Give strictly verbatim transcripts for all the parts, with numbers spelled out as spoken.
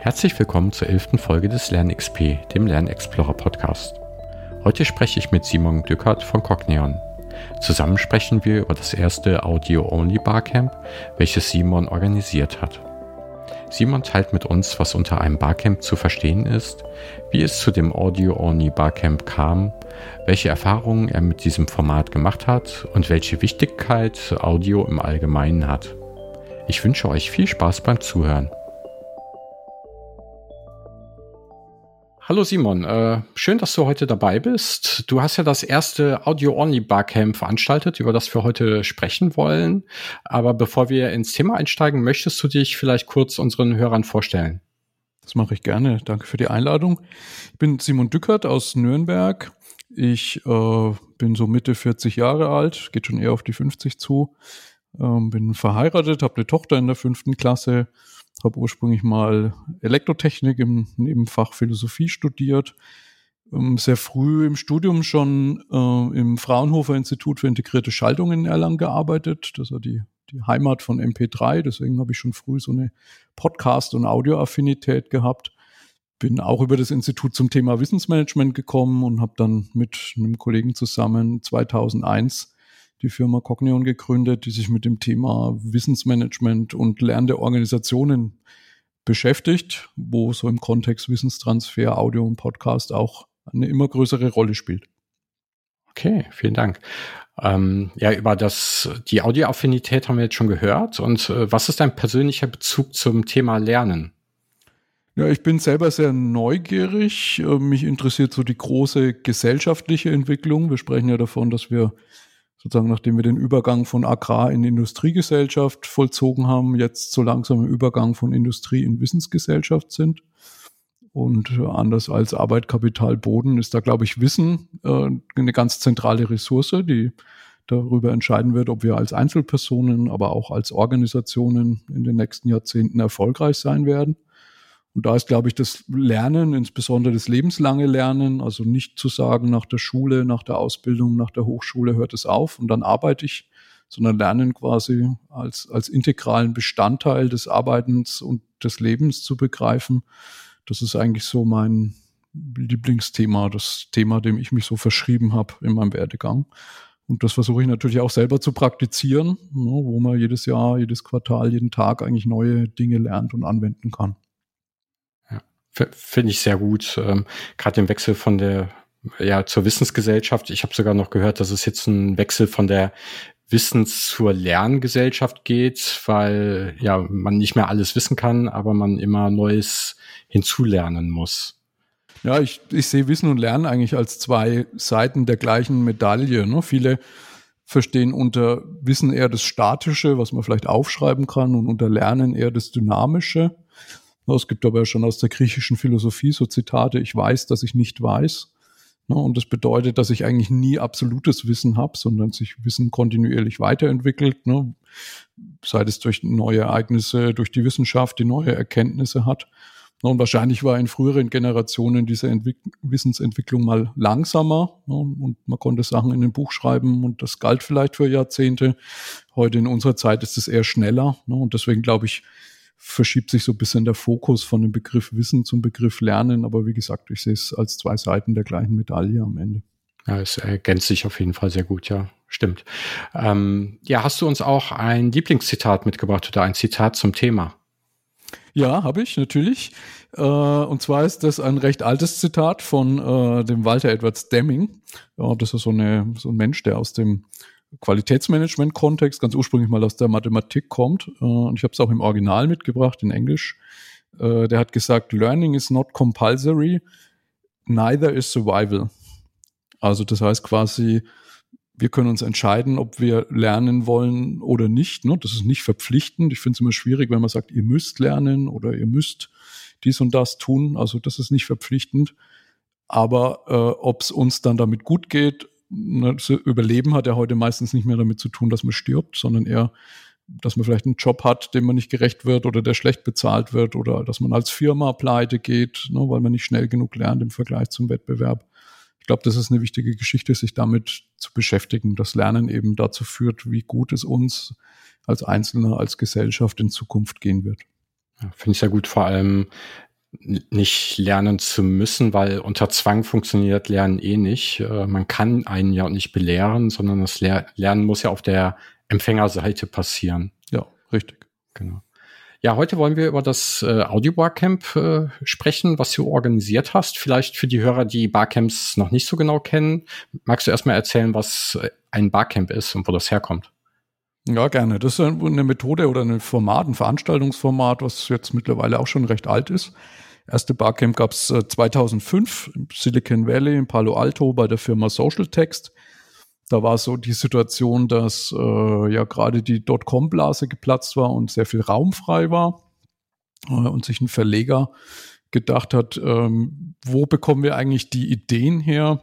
Herzlich willkommen zur elften Folge des LernXP, dem Lernexplorer Podcast. Heute spreche ich mit Simon Dückert von Cogneon. Zusammen sprechen wir über das erste Audio-Only Barcamp, welches Simon organisiert hat. Simon teilt mit uns, was unter einem Barcamp zu verstehen ist, wie es zu dem Audio-Only Barcamp kam, welche Erfahrungen er mit diesem Format gemacht hat und welche Wichtigkeit Audio im Allgemeinen hat. Ich wünsche euch viel Spaß beim Zuhören. Hallo Simon, äh, schön, dass du heute dabei bist. Du hast ja das erste Audio-Only Barcamp veranstaltet, über das wir heute sprechen wollen. Aber bevor wir ins Thema einsteigen, möchtest du dich vielleicht kurz unseren Hörern vorstellen? Das mache ich gerne. Danke für die Einladung. Ich bin Simon Dückert aus Nürnberg. Ich äh, bin so Mitte vierzig Jahre alt, geht schon eher auf die fünfzig zu. Ähm, bin verheiratet, habe eine Tochter in der fünften Klasse. Habe ursprünglich mal Elektrotechnik im Nebenfach Philosophie studiert. Ähm, sehr früh im Studium schon äh, im Fraunhofer Institut für integrierte Schaltung in Erlangen gearbeitet. Das war die, die Heimat von M P drei. Deswegen habe ich schon früh so eine Podcast- und Audioaffinität gehabt. Bin auch über das Institut zum Thema Wissensmanagement gekommen und habe dann mit einem Kollegen zusammen zweitausendeins die Firma Cogneon gegründet, die sich mit dem Thema Wissensmanagement und lernende Organisationen beschäftigt, wo so im Kontext Wissenstransfer, Audio und Podcast auch eine immer größere Rolle spielt. Okay, vielen Dank. Ähm, ja, über das, die Audioaffinität haben wir jetzt schon gehört. Und äh, was ist dein persönlicher Bezug zum Thema Lernen? Ja, ich bin selber sehr neugierig. Mich interessiert so die große gesellschaftliche Entwicklung. Wir sprechen ja davon, dass wir sozusagen, nachdem wir den Übergang von Agrar- in Industriegesellschaft vollzogen haben, jetzt so langsam im Übergang von Industrie- in Wissensgesellschaft sind. Und anders als Arbeit, Kapital, Boden ist da, glaube ich, Wissen äh, eine ganz zentrale Ressource, die darüber entscheiden wird, ob wir als Einzelpersonen, aber auch als Organisationen in den nächsten Jahrzehnten erfolgreich sein werden. Und da ist, glaube ich, das Lernen, insbesondere das lebenslange Lernen, also nicht zu sagen, nach der Schule, nach der Ausbildung, nach der Hochschule hört es auf und dann arbeite ich, sondern Lernen quasi als, als integralen Bestandteil des Arbeitens und des Lebens zu begreifen. Das ist eigentlich so mein Lieblingsthema, das Thema, dem ich mich so verschrieben habe in meinem Werdegang. Und das versuche ich natürlich auch selber zu praktizieren, wo man jedes Jahr, jedes Quartal, jeden Tag eigentlich neue Dinge lernt und anwenden kann. Finde ich sehr gut. Ähm, Gerade den Wechsel von der, ja, zur Wissensgesellschaft. Ich habe sogar noch gehört, dass es jetzt ein Wechsel von der Wissens- zur Lerngesellschaft geht, weil ja man nicht mehr alles wissen kann, aber man immer Neues hinzulernen muss. Ja, ich, ich sehe Wissen und Lernen eigentlich als zwei Seiten der gleichen Medaille. Ne? Viele verstehen unter Wissen eher das Statische, was man vielleicht aufschreiben kann, und unter Lernen eher das Dynamische. Es gibt aber schon aus der griechischen Philosophie so Zitate: Ich weiß, dass ich nicht weiß. Und das bedeutet, dass ich eigentlich nie absolutes Wissen habe, sondern sich Wissen kontinuierlich weiterentwickelt, sei es durch neue Ereignisse, durch die Wissenschaft, die neue Erkenntnisse hat. Und wahrscheinlich war in früheren Generationen diese Entwick- Wissensentwicklung mal langsamer, und man konnte Sachen in ein Buch schreiben und das galt vielleicht für Jahrzehnte. Heute in unserer Zeit ist es eher schneller, und deswegen glaube ich, verschiebt sich so ein bisschen der Fokus von dem Begriff Wissen zum Begriff Lernen. Aber wie gesagt, ich sehe es als zwei Seiten der gleichen Medaille am Ende. Ja, es ergänzt sich auf jeden Fall sehr gut, ja, stimmt. Ähm, ja, hast du uns auch ein Lieblingszitat mitgebracht oder ein Zitat zum Thema? Ja, habe ich, natürlich. Äh, und zwar ist das ein recht altes Zitat von äh, dem Walter Edwards Deming. Ja, das ist so, eine, so ein Mensch, der aus dem Qualitätsmanagement-Kontext ganz ursprünglich mal aus der Mathematik kommt. Und ich habe es auch im Original mitgebracht, in Englisch. Der hat gesagt: Learning is not compulsory, neither is survival. Also das heißt quasi, wir können uns entscheiden, ob wir lernen wollen oder nicht. Das ist nicht verpflichtend. Ich finde es immer schwierig, wenn man sagt, ihr müsst lernen oder ihr müsst dies und das tun. Also das ist nicht verpflichtend. Aber äh, ob es uns dann damit gut geht, das Überleben hat ja heute meistens nicht mehr damit zu tun, dass man stirbt, sondern eher, dass man vielleicht einen Job hat, dem man nicht gerecht wird oder der schlecht bezahlt wird, oder dass man als Firma pleite geht, ne, weil man nicht schnell genug lernt im Vergleich zum Wettbewerb. Ich glaube, das ist eine wichtige Geschichte, sich damit zu beschäftigen, dass Lernen eben dazu führt, wie gut es uns als Einzelner, als Gesellschaft in Zukunft gehen wird. Ja, finde ich sehr gut, vor allem nicht lernen zu müssen, weil unter Zwang funktioniert Lernen eh nicht. Äh, man kann einen ja nicht belehren, sondern das Lehr- Lernen muss ja auf der Empfängerseite passieren. Ja, richtig. Genau. Ja, heute wollen wir über das äh, Audio Barcamp äh, sprechen, was du organisiert hast. Vielleicht für die Hörer, die Barcamps noch nicht so genau kennen. Magst du erstmal erzählen, was ein Barcamp ist und wo das herkommt? Ja, gerne. Das ist eine Methode oder ein Format, ein Veranstaltungsformat, was jetzt mittlerweile auch schon recht alt ist. Erste Barcamp gab es äh, zweitausendfünf im Silicon Valley in Palo Alto bei der Firma Social Text. Da war so die Situation, dass äh, ja gerade die Dotcom-Blase geplatzt war und sehr viel Raum frei war äh, und sich ein Verleger gedacht hat, ähm, wo bekommen wir eigentlich die Ideen her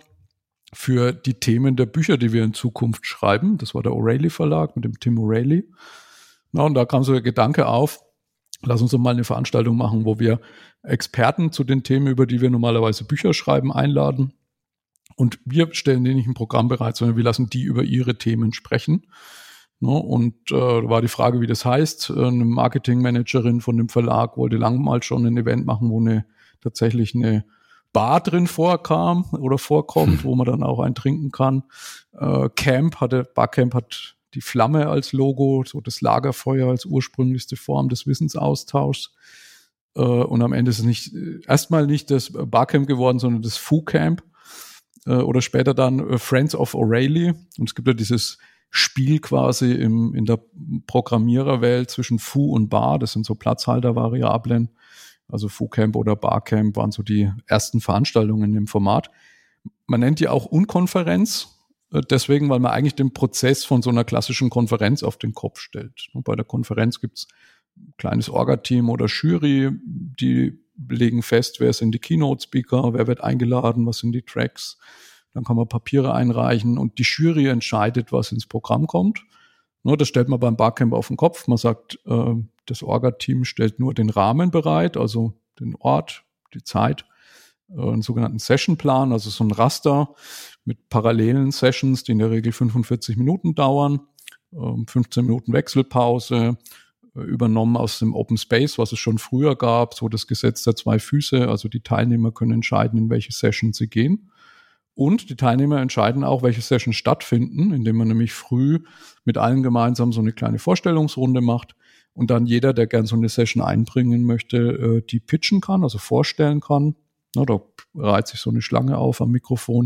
für die Themen der Bücher, die wir in Zukunft schreiben. Das war der O'Reilly Verlag mit dem Tim O'Reilly. Na, und da kam so der Gedanke auf, lass uns doch mal eine Veranstaltung machen, wo wir Experten zu den Themen, über die wir normalerweise Bücher schreiben, einladen. Und wir stellen denen nicht ein Programm bereit, sondern wir lassen die über ihre Themen sprechen. No, und äh, da war die Frage, wie das heißt. Eine Marketingmanagerin von dem Verlag wollte lang mal schon ein Event machen, wo eine tatsächlich eine Bar drin vorkam oder vorkommt, wo man dann auch einen trinken kann. Äh, Camp hatte, Barcamp hat die Flamme als Logo, so das Lagerfeuer als ursprünglichste Form des Wissensaustauschs. Äh, und am Ende ist es nicht erstmal nicht das Barcamp geworden, sondern das Foo Camp. Oder später dann Friends of O'Reilly. Und es gibt ja dieses Spiel quasi im, in der Programmiererwelt zwischen Foo und Bar. Das sind so Platzhaltervariablen. Also Foo Camp oder Barcamp waren so die ersten Veranstaltungen im Format. Man nennt die auch Unkonferenz. Deswegen, weil man eigentlich den Prozess von so einer klassischen Konferenz auf den Kopf stellt. Und bei der Konferenz gibt's ein kleines Orga-Team oder Jury, die legen fest, wer sind die Keynote-Speaker, wer wird eingeladen, was sind die Tracks. Dann kann man Papiere einreichen und die Jury entscheidet, was ins Programm kommt. Nur das stellt man beim Barcamp auf den Kopf. Man sagt, äh, das Orga-Team stellt nur den Rahmen bereit, also den Ort, die Zeit, äh, einen sogenannten Session-Plan, also so ein Raster mit parallelen Sessions, die in der Regel fünfundvierzig Minuten dauern, äh, fünfzehn Minuten Wechselpause, übernommen aus dem Open Space, was es schon früher gab, so das Gesetz der zwei Füße. Also die Teilnehmer können entscheiden, in welche Session sie gehen. Und die Teilnehmer entscheiden auch, welche Sessions stattfinden, indem man nämlich früh mit allen gemeinsam so eine kleine Vorstellungsrunde macht und dann jeder, der gern so eine Session einbringen möchte, die pitchen kann, also vorstellen kann. Na, da reiht sich so eine Schlange auf am Mikrofon.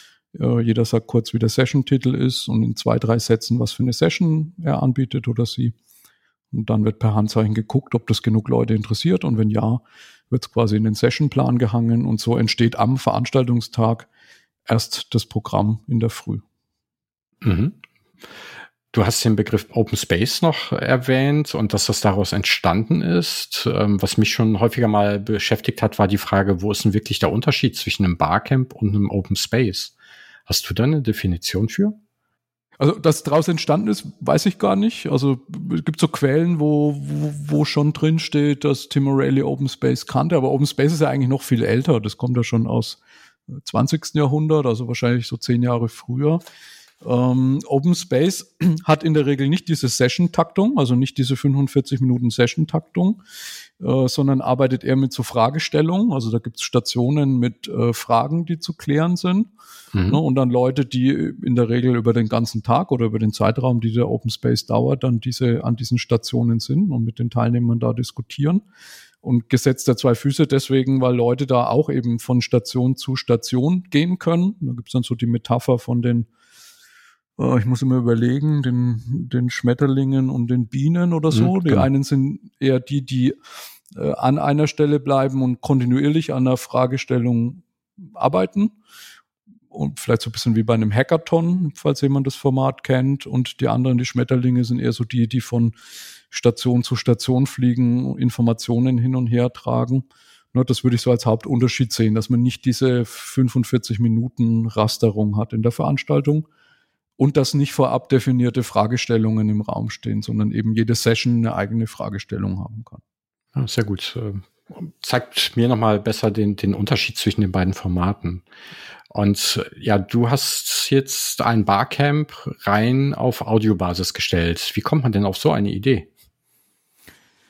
Jeder sagt kurz, wie der Session-Titel ist und in zwei, drei Sätzen, was für eine Session er anbietet oder sie. Und dann wird per Handzeichen geguckt, ob das genug Leute interessiert. Und wenn ja, wird es quasi in den Sessionplan gehangen. Und so entsteht am Veranstaltungstag erst das Programm in der Früh. Mhm. Du hast den Begriff Open Space noch erwähnt und dass das daraus entstanden ist. Was mich schon häufiger mal beschäftigt hat, war die Frage, wo ist denn wirklich der Unterschied zwischen einem Barcamp und einem Open Space? Hast du da eine Definition für? Also, dass daraus entstanden ist, weiß ich gar nicht. Also, es gibt so Quellen, wo, wo, wo schon drin steht, dass Tim O'Reilly Open Space kannte. Aber Open Space ist ja eigentlich noch viel älter. Das kommt ja schon aus zwanzigsten Jahrhundert, also wahrscheinlich so zehn Jahre früher. Ähm, Open Space hat in der Regel nicht diese Session-Taktung, also nicht diese fünfundvierzig Minuten Session-Taktung, äh, sondern arbeitet eher mit so Fragestellungen. Also da gibt es Stationen mit äh, Fragen, die zu klären sind. Mhm. Ne, und dann Leute, die in der Regel über den ganzen Tag oder über den Zeitraum, die der Open Space dauert, dann diese an diesen Stationen sind und mit den Teilnehmern da diskutieren. Und Gesetz der zwei Füße deswegen, weil Leute da auch eben von Station zu Station gehen können. Da gibt es dann so die Metapher von den ich muss immer überlegen, den, den Schmetterlingen und den Bienen oder so. Mhm, die genau. einen sind eher die, die äh, an einer Stelle bleiben und kontinuierlich an der Fragestellung arbeiten. Und vielleicht so ein bisschen wie bei einem Hackathon, falls jemand das Format kennt. Und die anderen, die Schmetterlinge, sind eher so die, die von Station zu Station fliegen, Informationen hin und her tragen. Ne, das würde ich so als Hauptunterschied sehen, dass man nicht diese fünfundvierzig Minuten Rasterung hat in der Veranstaltung. Und dass nicht vorab definierte Fragestellungen im Raum stehen, sondern eben jede Session eine eigene Fragestellung haben kann. Ja, sehr gut. Zeigt mir nochmal besser den, den Unterschied zwischen den beiden Formaten. Und ja, du hast jetzt ein Barcamp rein auf Audiobasis gestellt. Wie kommt man denn auf so eine Idee?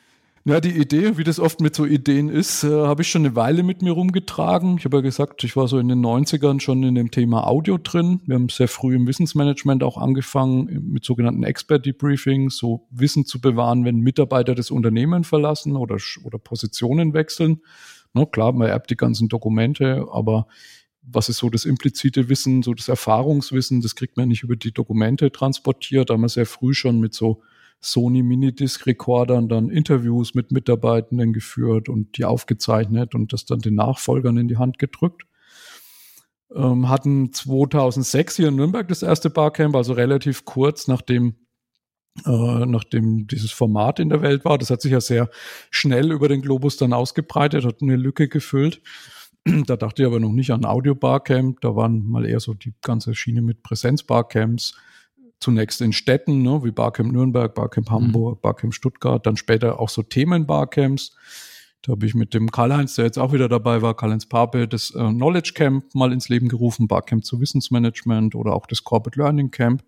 Ja, die Idee, wie das oft mit so Ideen ist, äh, habe ich schon eine Weile mit mir rumgetragen. Ich habe ja gesagt, ich war so in den neunzigern schon in dem Thema Audio drin. Wir haben sehr früh im Wissensmanagement auch angefangen mit sogenannten Expert-Debriefings, so Wissen zu bewahren, wenn Mitarbeiter das Unternehmen verlassen oder, oder Positionen wechseln. Na, klar, man erbt die ganzen Dokumente, aber was ist so das implizite Wissen, so das Erfahrungswissen, das kriegt man nicht über die Dokumente transportiert. Da haben wir sehr früh schon mit so Sony Minidisc-Recordern dann Interviews mit Mitarbeitenden geführt und die aufgezeichnet und das dann den Nachfolgern in die Hand gedrückt. Ähm, hatten zweitausendsechs hier in Nürnberg das erste Barcamp, also relativ kurz nachdem, äh, nachdem dieses Format in der Welt war. Das hat sich ja sehr schnell über den Globus dann ausgebreitet, hat eine Lücke gefüllt. Da dachte ich aber noch nicht an Audio-Barcamp, da waren mal eher so die ganze Schiene mit Präsenz-Barcamps. Zunächst in Städten, ne, wie Barcamp Nürnberg, Barcamp Hamburg, mhm. Barcamp Stuttgart, dann später auch so Themen-Barcamps. Da habe ich mit dem Karl-Heinz, der jetzt auch wieder dabei war, Karl-Heinz Pape, das äh, Knowledge Camp mal ins Leben gerufen, Barcamp zu Wissensmanagement oder auch das Corporate Learning Camp.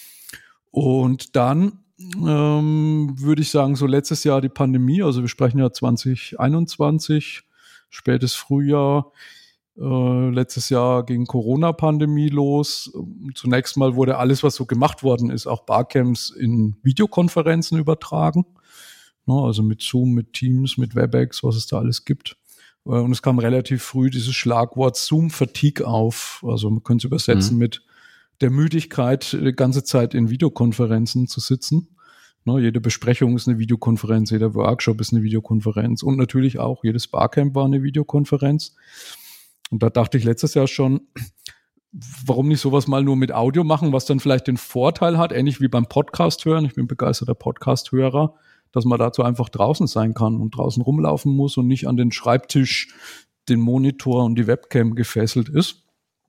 Und dann ähm, würde ich sagen, so letztes Jahr die Pandemie, also wir sprechen ja zwanzig einundzwanzig, spätes Frühjahr. Uh, letztes Jahr ging Corona-Pandemie los. Zunächst mal wurde alles, was so gemacht worden ist, auch Barcamps in Videokonferenzen übertragen. No, also mit Zoom, mit Teams, mit WebEx, was es da alles gibt. Uh, und es kam relativ früh dieses Schlagwort Zoom-Fatigue auf. Also man könnte es übersetzen mhm. mit der Müdigkeit, die ganze Zeit in Videokonferenzen zu sitzen. No, jede Besprechung ist eine Videokonferenz, jeder Workshop ist eine Videokonferenz und natürlich auch jedes Barcamp war eine Videokonferenz. Und da dachte ich letztes Jahr schon, warum nicht sowas mal nur mit Audio machen, was dann vielleicht den Vorteil hat, ähnlich wie beim Podcast hören. Ich bin begeisterter Podcast-Hörer, dass man dazu einfach draußen sein kann und draußen rumlaufen muss und nicht an den Schreibtisch, den Monitor und die Webcam gefesselt ist.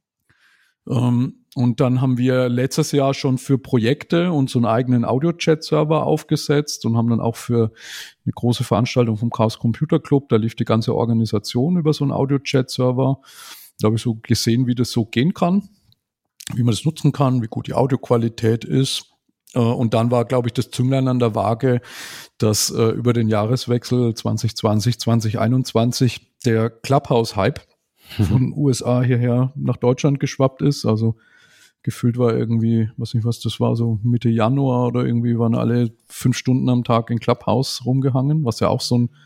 Ähm, und dann haben wir letztes Jahr schon für Projekte unseren eigenen Audio-Chat-Server aufgesetzt und haben dann auch für eine große Veranstaltung vom Chaos Computer Club, da lief die ganze Organisation über so einen Audio-Chat-Server. Da habe ich so gesehen, wie das so gehen kann, wie man das nutzen kann, wie gut die Audioqualität ist. Und dann war, glaube ich, das Zünglein an der Waage, dass äh, über den Jahreswechsel zwanzig zwanzig, zwanzig einundzwanzig der Clubhouse-Hype von den U S A hierher nach Deutschland geschwappt ist. Also gefühlt war irgendwie, weiß nicht was das war, so Mitte Januar oder irgendwie waren alle fünf Stunden am Tag in Clubhouse rumgehangen, was ja auch so ein,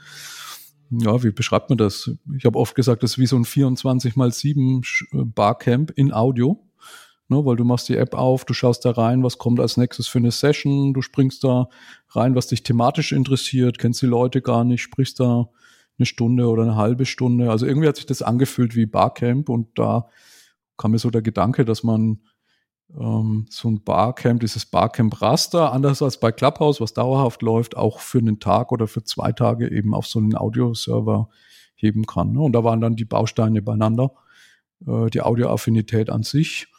ja, wie beschreibt man das? Ich habe oft gesagt, das ist wie so ein vierundzwanzig mal sieben Barcamp in Audio, ne, weil du machst die App auf, du schaust da rein, was kommt als nächstes für eine Session, du springst da rein, was dich thematisch interessiert, kennst die Leute gar nicht, sprichst da eine Stunde oder eine halbe Stunde. Also irgendwie hat sich das angefühlt wie Barcamp und da kam mir so der Gedanke, dass man ähm, so ein Barcamp, dieses Barcamp-Raster, anders als bei Clubhouse, was dauerhaft läuft, auch für einen Tag oder für zwei Tage eben auf so einen Audioserver heben kann. Ne? Und da waren dann die Bausteine beieinander, äh, die Audioaffinität an sich,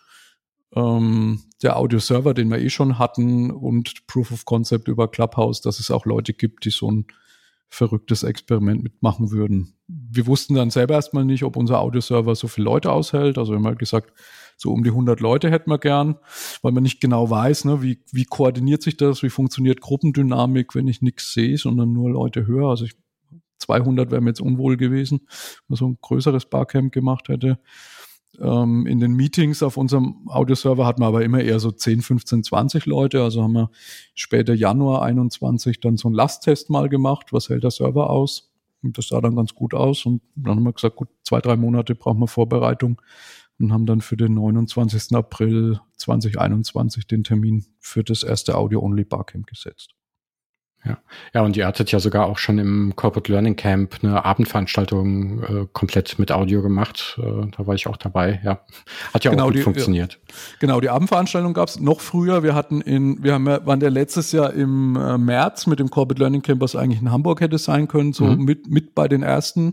ähm, der Audioserver, den wir eh schon hatten und Proof of Concept über Clubhouse, dass es auch Leute gibt, die so ein verrücktes Experiment mitmachen würden. Wir wussten dann selber erstmal nicht, ob unser Audioserver so viele Leute aushält. Also wir haben halt gesagt, so um die hundert Leute hätten wir gern, weil man nicht genau weiß, ne, wie, wie koordiniert sich das, wie funktioniert Gruppendynamik, wenn ich nichts sehe, sondern nur Leute höre. Also ich, zweihundert wäre mir jetzt unwohl gewesen, wenn man so ein größeres Barcamp gemacht hätte. Ähm, in den Meetings auf unserem Audioserver hatten wir aber immer eher so zehn, fünfzehn, zwanzig Leute. Also haben wir später Januar einundzwanzig dann so einen Lasttest mal gemacht. Was hält der Server aus? Und das sah dann ganz gut aus. Und dann haben wir gesagt, gut, zwei, drei Monate brauchen wir Vorbereitung und haben dann für den neunundzwanzigsten April zweitausendeinundzwanzig den Termin für das erste Audio-Only Barcamp gesetzt. Ja. ja, und ihr hattet ja sogar auch schon im Corporate Learning Camp eine Abendveranstaltung äh, komplett mit Audio gemacht. Äh, da war ich auch dabei, ja. Hat ja genau, auch gut die, funktioniert. Ja. Genau, die Abendveranstaltung gab es noch früher. Wir hatten in, wir haben ja, waren ja letztes Jahr im äh, März mit dem Corporate Learning Camp, was eigentlich in Hamburg hätte sein können, so mhm. mit, mit bei den ersten.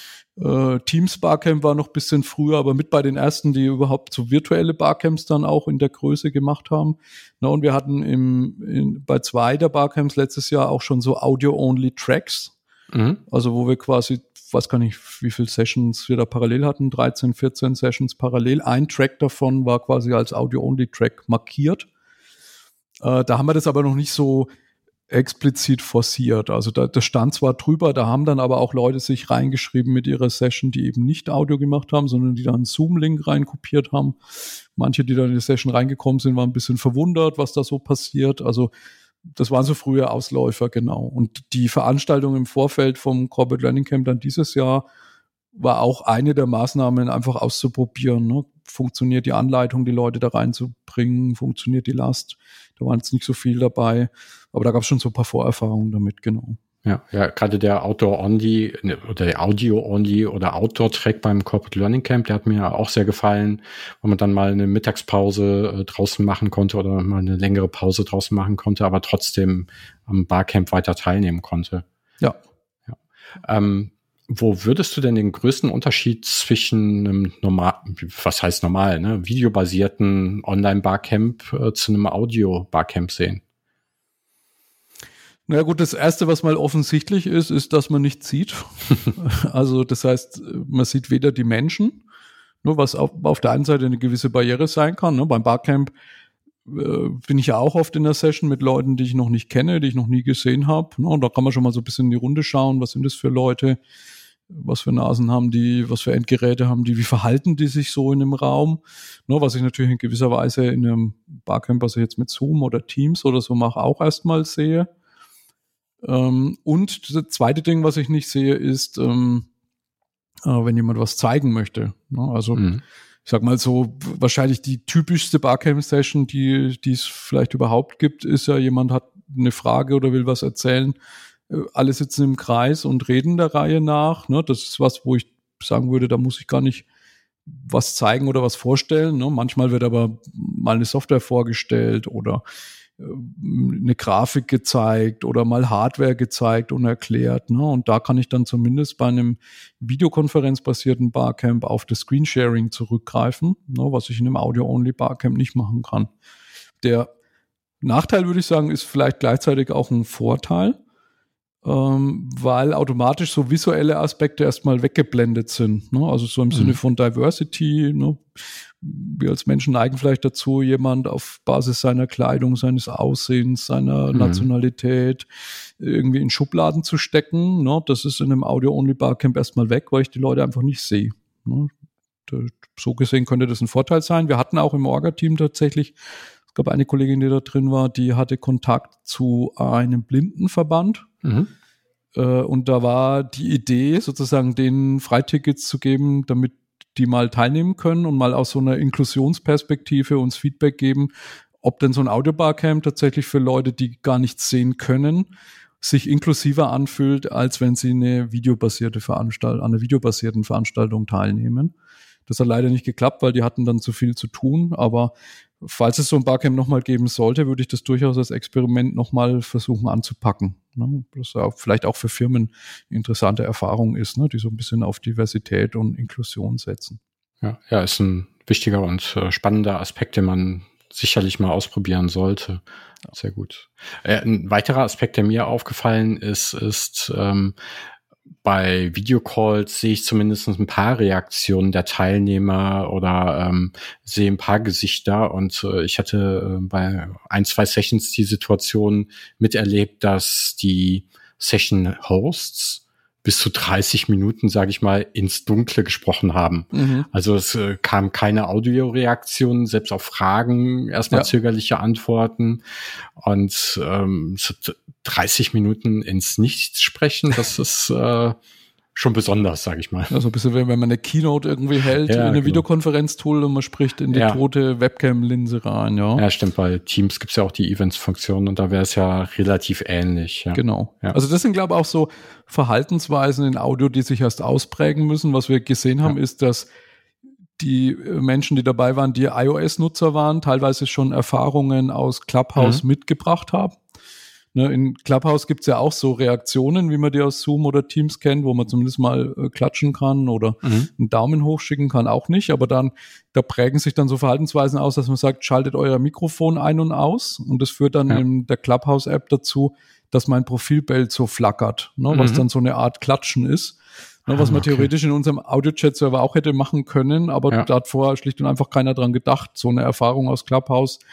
Äh, Teams Barcamp war noch ein bisschen früher, aber mit bei den ersten, die überhaupt so virtuelle Barcamps dann auch in der Größe gemacht haben. Na, und wir hatten im, in, bei zwei der Barcamps letztes Jahr auch schon so Audio-Only-Tracks. Mhm. Also wo wir quasi, weiß gar nicht, wie viele Sessions wir da parallel hatten, dreizehn, vierzehn Sessions parallel. Ein Track davon war quasi als Audio-Only-Track markiert. Äh, da haben wir das aber noch nicht so explizit forciert. Also da, das stand zwar drüber, da haben dann aber auch Leute sich reingeschrieben mit ihrer Session, die eben nicht Audio gemacht haben, sondern die dann einen Zoom-Link reinkopiert haben. Manche, die dann in die Session reingekommen sind, waren ein bisschen verwundert, was da so passiert. Also das waren so frühe Ausläufer, genau. Und die Veranstaltung im Vorfeld vom Corporate Learning Camp dann dieses Jahr war auch eine der Maßnahmen, einfach auszuprobieren. Ne? Funktioniert die Anleitung, die Leute da reinzubringen? Funktioniert die Last? Da waren jetzt nicht so viel dabei. Aber da gab es schon so ein paar Vorerfahrungen damit, genau. Ja, ja, gerade der Outdoor-Only oder der Audio-Only oder Outdoor-Track beim Corporate Learning Camp, der hat mir auch sehr gefallen, wo man dann mal eine Mittagspause äh, draußen machen konnte oder mal eine längere Pause draußen machen konnte, aber trotzdem am Barcamp weiter teilnehmen konnte. Ja. ja. Ähm, Wo würdest du denn den größten Unterschied zwischen einem normal, was heißt normal, ne, videobasierten Online-Barcamp äh, zu einem Audio-Barcamp sehen? Na gut, das Erste, was mal offensichtlich ist, ist, dass man nichts sieht. Also das heißt, man sieht weder die Menschen, nur was auf, auf der einen Seite eine gewisse Barriere sein kann. Ne? Beim Barcamp äh, bin ich ja auch oft in der Session mit Leuten, die ich noch nicht kenne, die ich noch nie gesehen habe. Ne? Und da kann man schon mal so ein bisschen in die Runde schauen, was sind das für Leute, was für Nasen haben die, was für Endgeräte haben die, wie verhalten die sich so in einem Raum. Ne? Was ich natürlich in gewisser Weise in einem Barcamp, was ich jetzt mit Zoom oder Teams oder so mache, auch erstmal sehe. Ähm, und das zweite Ding, was ich nicht sehe, ist, ähm, äh, wenn jemand was zeigen möchte. Ne? Also mhm. ich sag mal so, wahrscheinlich die typischste Barcamp-Session, die die es vielleicht überhaupt gibt, ist ja, jemand hat eine Frage oder will was erzählen. Äh, alle sitzen im Kreis und reden der Reihe nach. Ne? Das ist was, wo ich sagen würde, da muss ich gar nicht was zeigen oder was vorstellen. Ne? Manchmal wird aber mal eine Software vorgestellt oder eine Grafik gezeigt oder mal Hardware gezeigt und erklärt. Ne? Und da kann ich dann zumindest bei einem videokonferenzbasierten Barcamp auf das Screensharing zurückgreifen, ne? Was ich in einem Audio-Only Barcamp nicht machen kann. Der Nachteil, würde ich sagen, ist vielleicht gleichzeitig auch ein Vorteil, ähm, weil automatisch so visuelle Aspekte erstmal weggeblendet sind. Ne? Also so im mhm. Sinne von Diversity, ne? Wir als Menschen neigen vielleicht dazu, jemand auf Basis seiner Kleidung, seines Aussehens, seiner mhm. Nationalität irgendwie in Schubladen zu stecken. Ne? Das ist in einem Audio-Only-Barcamp erstmal weg, weil ich die Leute einfach nicht sehe. Ne? So gesehen könnte das ein Vorteil sein. Wir hatten auch im Orga-Team tatsächlich, es gab eine Kollegin, die da drin war, die hatte Kontakt zu einem Blindenverband. Mhm. Äh, und da war die Idee, sozusagen denen Freitickets zu geben, damit die mal teilnehmen können und mal aus so einer Inklusionsperspektive uns Feedback geben, ob denn so ein Audio-Barcamp tatsächlich für Leute, die gar nichts sehen können, sich inklusiver anfühlt, als wenn sie eine videobasierte Veranstaltung, an einer videobasierten Veranstaltung teilnehmen. Das hat leider nicht geklappt, weil die hatten dann zu viel zu tun, aber falls es so ein Barcamp nochmal geben sollte, würde ich das durchaus als Experiment nochmal versuchen anzupacken. Ne? Das auch, vielleicht auch für Firmen eine interessante Erfahrung ist, ne? Die so ein bisschen auf Diversität und Inklusion setzen. Ja, ja, ist ein wichtiger und äh, spannender Aspekt, den man sicherlich mal ausprobieren sollte. Ja. Sehr gut. Äh, ein weiterer Aspekt, der mir aufgefallen ist, ist ähm, bei Videocalls sehe ich zumindest ein paar Reaktionen der Teilnehmer oder ähm, sehe ein paar Gesichter und äh, ich hatte äh, bei ein, zwei Sessions die Situation miterlebt, dass die Session-Hosts bis zu dreißig Minuten, sage ich mal, ins Dunkle gesprochen haben. Mhm. Also es äh, kam keine Audioreaktion, selbst auf Fragen erstmal ja. zögerliche Antworten und ähm, so dreißig Minuten ins Nichts sprechen, das ist äh, schon besonders, sage ich mal. Also ein bisschen, wenn man eine Keynote irgendwie hält, ja, in eine genau. Videokonferenztool und man spricht in die ja. tote Webcam-Linse rein. Ja, ja stimmt, bei Teams gibt's ja auch die Events-Funktion und da wäre es ja relativ ähnlich. Ja. Genau. Ja. Also das sind, glaube ich, auch so Verhaltensweisen in Audio, die sich erst ausprägen müssen. Was wir gesehen haben, ja. ist, dass die Menschen, die dabei waren, die iOS-Nutzer waren, teilweise schon Erfahrungen aus Clubhouse mhm. mitgebracht haben. In Clubhouse gibt es ja auch so Reaktionen, wie man die aus Zoom oder Teams kennt, wo man zumindest mal äh, klatschen kann oder mhm. einen Daumen hochschicken kann, auch nicht. Aber dann, da prägen sich dann so Verhaltensweisen aus, dass man sagt, schaltet euer Mikrofon ein und aus. Und das führt dann ja. in der Clubhouse-App dazu, dass mein Profilbild so flackert, ne, mhm. was dann so eine Art Klatschen ist. Ne, was man okay. theoretisch in unserem Audio-Chat-Server auch hätte machen können, aber ja. da hat vorher schlicht und einfach keiner dran gedacht. So eine Erfahrung aus Clubhouse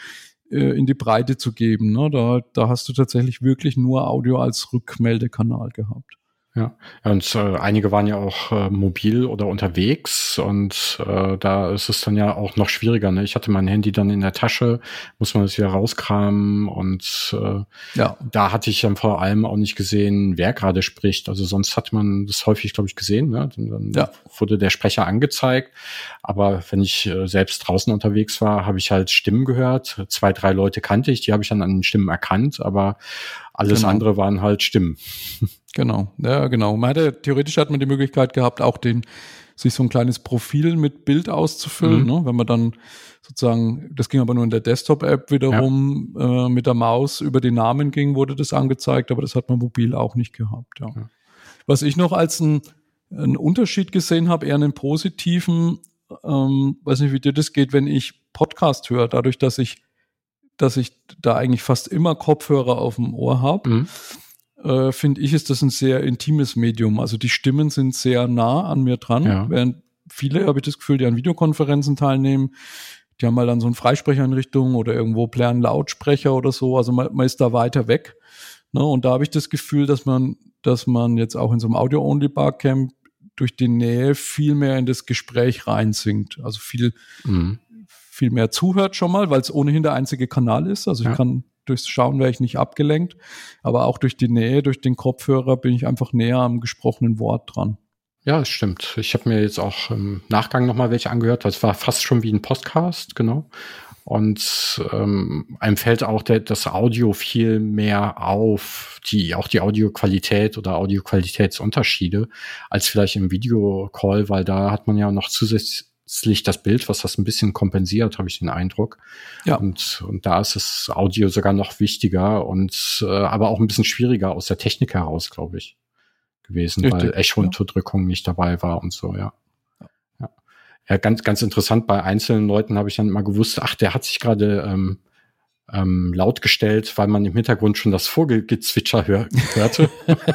äh, in die Breite zu geben. Ne? Da, da hast du tatsächlich wirklich nur Audio als Rückmeldekanal gehabt. Ja, ja und äh, einige waren ja auch äh, mobil oder unterwegs und äh, da ist es dann ja auch noch schwieriger. Ne? Ich hatte mein Handy dann in der Tasche, muss man das wieder rauskramen und äh, ja. Da hatte ich dann vor allem auch nicht gesehen, wer gerade spricht. Also sonst hat man das häufig, glaube ich, gesehen. Ne? Dann, dann ja. wurde der Sprecher angezeigt. Aber wenn ich äh, selbst draußen unterwegs war, habe ich halt Stimmen gehört. Zwei, drei Leute kannte ich, die habe ich dann an den Stimmen erkannt, aber alles genau. andere waren halt Stimmen. Genau, ja, genau. Man hatte, theoretisch hat man die Möglichkeit gehabt, auch den, sich so ein kleines Profil mit Bild auszufüllen, mhm. ne? Wenn man dann sozusagen, das ging aber nur in der Desktop-App wiederum, ja. äh, mit der Maus über die Namen ging, wurde das angezeigt, aber das hat man mobil auch nicht gehabt, ja. ja. Was ich noch als ein, ein Unterschied gesehen habe, eher einen positiven, ähm, weiß nicht, wie dir das geht, wenn ich Podcast höre, dadurch, dass ich, dass ich da eigentlich fast immer Kopfhörer auf dem Ohr habe, mhm. Äh, finde ich, ist das ein sehr intimes Medium. Also die Stimmen sind sehr nah an mir dran, ja. während viele, habe ich das Gefühl, die an Videokonferenzen teilnehmen, die haben mal dann so eine Freisprecheinrichtung oder irgendwo plären Lautsprecher oder so. Also man, man ist da weiter weg. Ne? Und da habe ich das Gefühl, dass man, dass man jetzt auch in so einem Audio-Only-Barcamp durch die Nähe viel mehr in das Gespräch reinsinkt. Also viel, mhm. viel mehr zuhört schon mal, weil es ohnehin der einzige Kanal ist. Also ich ja. kann durchs Schauen wäre ich nicht abgelenkt, aber auch durch die Nähe, durch den Kopfhörer bin ich einfach näher am gesprochenen Wort dran. Ja, das stimmt. Ich habe mir jetzt auch im Nachgang nochmal welche angehört. Das war fast schon wie ein Podcast, genau. Und ähm, einem fällt auch der, das Audio viel mehr auf, die auch die Audioqualität oder Audioqualitätsunterschiede, als vielleicht im Videocall, weil da hat man ja noch zusätzlich das Bild, was das ein bisschen kompensiert, habe ich den Eindruck. Ja. Und, und da ist das Audio sogar noch wichtiger und äh, aber auch ein bisschen schwieriger aus der Technik heraus, glaube ich, gewesen, Richtig, weil Echo-Unterdrückung ja. nicht dabei war und so, ja. Ja, ja ganz, ganz interessant, bei einzelnen Leuten habe ich dann immer gewusst, ach, der hat sich gerade ähm, ähm, laut gestellt, weil man im Hintergrund schon das Vogelgezwitscher hör- hörte,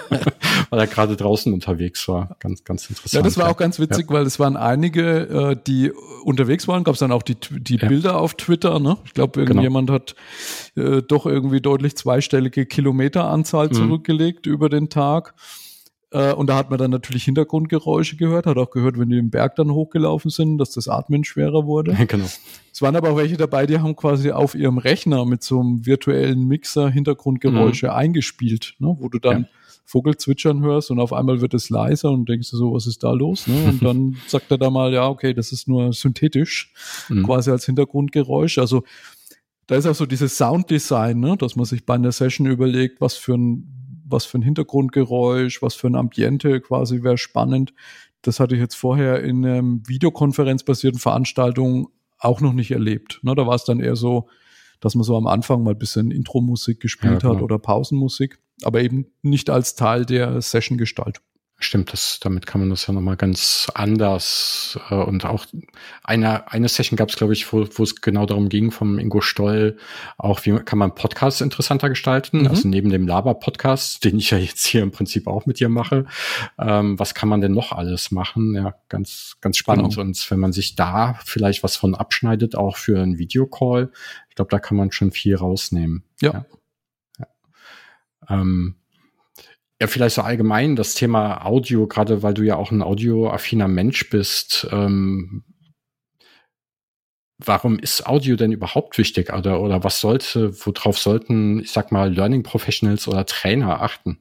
weil er gerade draußen unterwegs war. Ganz, ganz interessant. Ja, das war auch ganz witzig, ja. weil es waren einige, äh, die unterwegs waren. Gab es dann auch die, die ja. Bilder auf Twitter. Ne? Ich glaube, irgendjemand genau. hat äh, doch irgendwie deutlich zweistellige Kilometeranzahl mhm. zurückgelegt über den Tag. Äh, und da hat man dann natürlich Hintergrundgeräusche gehört, hat auch gehört, wenn die den Berg dann hochgelaufen sind, dass das Atmen schwerer wurde. Genau. Es waren aber auch welche dabei, die haben quasi auf ihrem Rechner mit so einem virtuellen Mixer Hintergrundgeräusche mhm. eingespielt, ne? Wo du dann ja. Vogelzwitschern hörst und auf einmal wird es leiser und denkst du so, was ist da los? Ne? Und dann sagt er da mal, ja, okay, das ist nur synthetisch, mhm. quasi als Hintergrundgeräusch. Also da ist auch so dieses Sounddesign, ne? Dass man sich bei einer Session überlegt, was für ein was für ein Hintergrundgeräusch, was für ein Ambiente quasi wäre spannend. Das hatte ich jetzt vorher in einem videokonferenzbasierten Veranstaltung auch noch nicht erlebt. Ne, da war es dann eher so, dass man so am Anfang mal ein bisschen Intro-Musik gespielt ja, hat oder Pausenmusik, aber eben nicht als Teil der Session-Gestaltung. Stimmt, das, damit kann man das ja nochmal ganz anders äh, und auch eine, eine Session gab es, glaube ich, wo, wo es genau darum ging, vom Ingo Stoll, auch wie kann man Podcasts interessanter gestalten, mhm. also neben dem Laber-Podcast, den ich ja jetzt hier im Prinzip auch mit dir mache, ähm, was kann man denn noch alles machen? Ja, ganz, ganz spannend. Genau. Und wenn man sich da vielleicht was von abschneidet, auch für einen Videocall, ich glaube, da kann man schon viel rausnehmen. Ja. ja. ja. Ähm, Ja, vielleicht so allgemein das Thema Audio, gerade weil du ja auch ein audioaffiner Mensch bist. Ähm, warum ist Audio denn überhaupt wichtig? Oder, oder was sollte, worauf sollten, ich sag mal, Learning Professionals oder Trainer achten?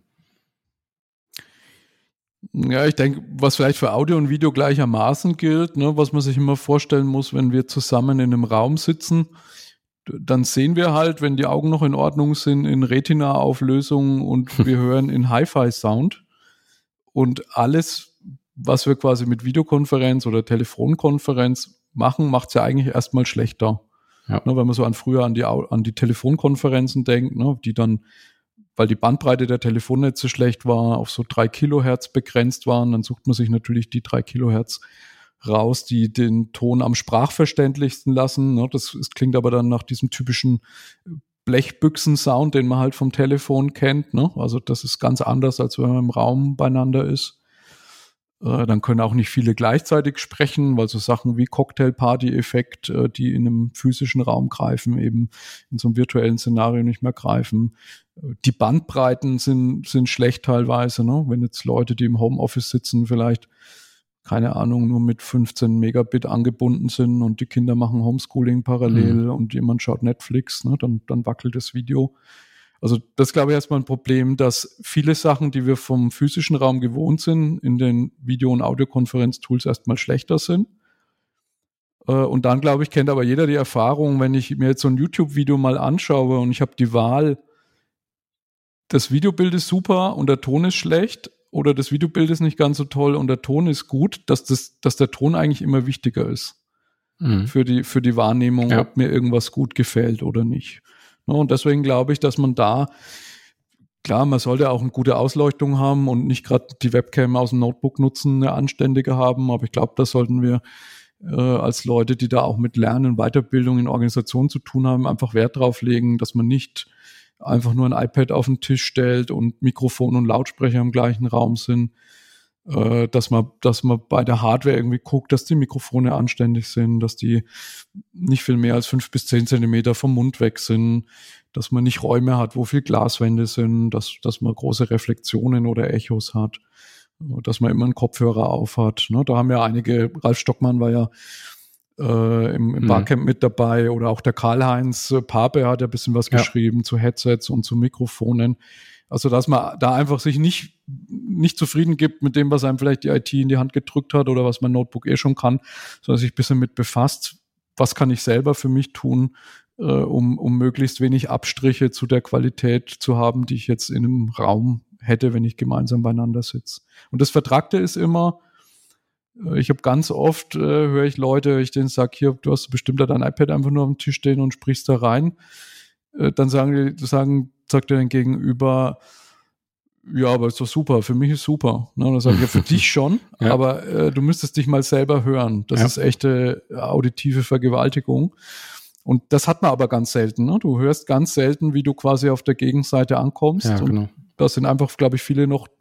Ja, ich denke, was vielleicht für Audio und Video gleichermaßen gilt, ne, was man sich immer vorstellen muss, wenn wir zusammen in einem Raum sitzen, dann sehen wir halt, wenn die Augen noch in Ordnung sind, in Retina-Auflösung und wir hören in Hi-Fi-Sound. Und alles, was wir quasi mit Videokonferenz oder Telefonkonferenz machen, macht es ja eigentlich erstmal schlechter. Ja. Ne, wenn man so an früher an die, an die Telefonkonferenzen denkt, ne, die dann, weil die Bandbreite der Telefonnetze schlecht war, auf so drei Kilohertz begrenzt waren, dann sucht man sich natürlich die drei Kilohertz raus, die den Ton am sprachverständlichsten lassen. Ne? Das, das klingt aber dann nach diesem typischen Blechbüchsen-Sound, den man halt vom Telefon kennt. Ne? Also das ist ganz anders, als wenn man im Raum beieinander ist. Äh, dann können auch nicht viele gleichzeitig sprechen, weil so Sachen wie Cocktail-Party-Effekt, äh, die in einem physischen Raum greifen, eben in so einem virtuellen Szenario nicht mehr greifen. Die Bandbreiten sind, sind schlecht teilweise, ne? Wenn jetzt Leute, die im Homeoffice sitzen, vielleicht, keine Ahnung, nur mit fünfzehn Megabit angebunden sind und die Kinder machen Homeschooling parallel mhm. und jemand schaut Netflix, ne? dann, dann wackelt das Video. Also das ist, glaube ich, erstmal ein Problem, dass viele Sachen, die wir vom physischen Raum gewohnt sind, in den Video- und Audiokonferenz-Tools erstmal schlechter sind. Und dann, glaube ich, kennt aber jeder die Erfahrung, wenn ich mir jetzt so ein YouTube-Video mal anschaue und ich habe die Wahl, das Videobild ist super und der Ton ist schlecht oder das Videobild ist nicht ganz so toll und der Ton ist gut, dass, das, dass der Ton eigentlich immer wichtiger ist mhm. für die, für die Wahrnehmung, ja. ob mir irgendwas gut gefällt oder nicht. Und deswegen glaube ich, dass man da, klar, man sollte auch eine gute Ausleuchtung haben und nicht gerade die Webcam aus dem Notebook nutzen, eine anständige haben, aber ich glaube, da sollten wir äh, als Leute, die da auch mit Lernen und Weiterbildung in Organisationen zu tun haben, einfach Wert drauf legen, dass man nicht einfach nur ein iPad auf den Tisch stellt und Mikrofon und Lautsprecher im gleichen Raum sind, äh, dass man, dass man bei der Hardware irgendwie guckt, dass die Mikrofone anständig sind, dass die nicht viel mehr als fünf bis zehn Zentimeter vom Mund weg sind, dass man nicht Räume hat, wo viel Glaswände sind, dass, dass man große Reflexionen oder Echos hat, dass man immer einen Kopfhörer auf hat. Ne? Da haben ja einige, Ralf Stockmann war ja äh, im, im mhm. Barcamp mit dabei oder auch der Karl-Heinz Pape hat ja ein bisschen was ja. geschrieben zu Headsets und zu Mikrofonen. Also, dass man da einfach sich nicht, nicht zufrieden gibt mit dem, was einem vielleicht die I T in die Hand gedrückt hat oder was mein Notebook eh schon kann, sondern sich ein bisschen mit befasst, was kann ich selber für mich tun, äh, um, um möglichst wenig Abstriche zu der Qualität zu haben, die ich jetzt in einem Raum hätte, wenn ich gemeinsam beieinander sitze. Und das Vertragte ist immer, äh, ich habe ganz oft, äh, höre ich Leute, ich denen sage, hier, du hast bestimmt da dein iPad einfach nur auf dem Tisch stehen und sprichst da rein. Äh, dann sagen die, sagen, sagt er dann gegenüber, ja, aber ist doch super, für mich ist super. Ne? Dann sage ich, ja, für dich schon, ja. aber äh, du müsstest dich mal selber hören. Das ja. ist echte auditive Vergewaltigung. Und das hat man aber ganz selten. Ne? Du hörst ganz selten, wie du quasi auf der Gegenseite ankommst. Ja, genau. Und da sind einfach, glaube ich, viele noch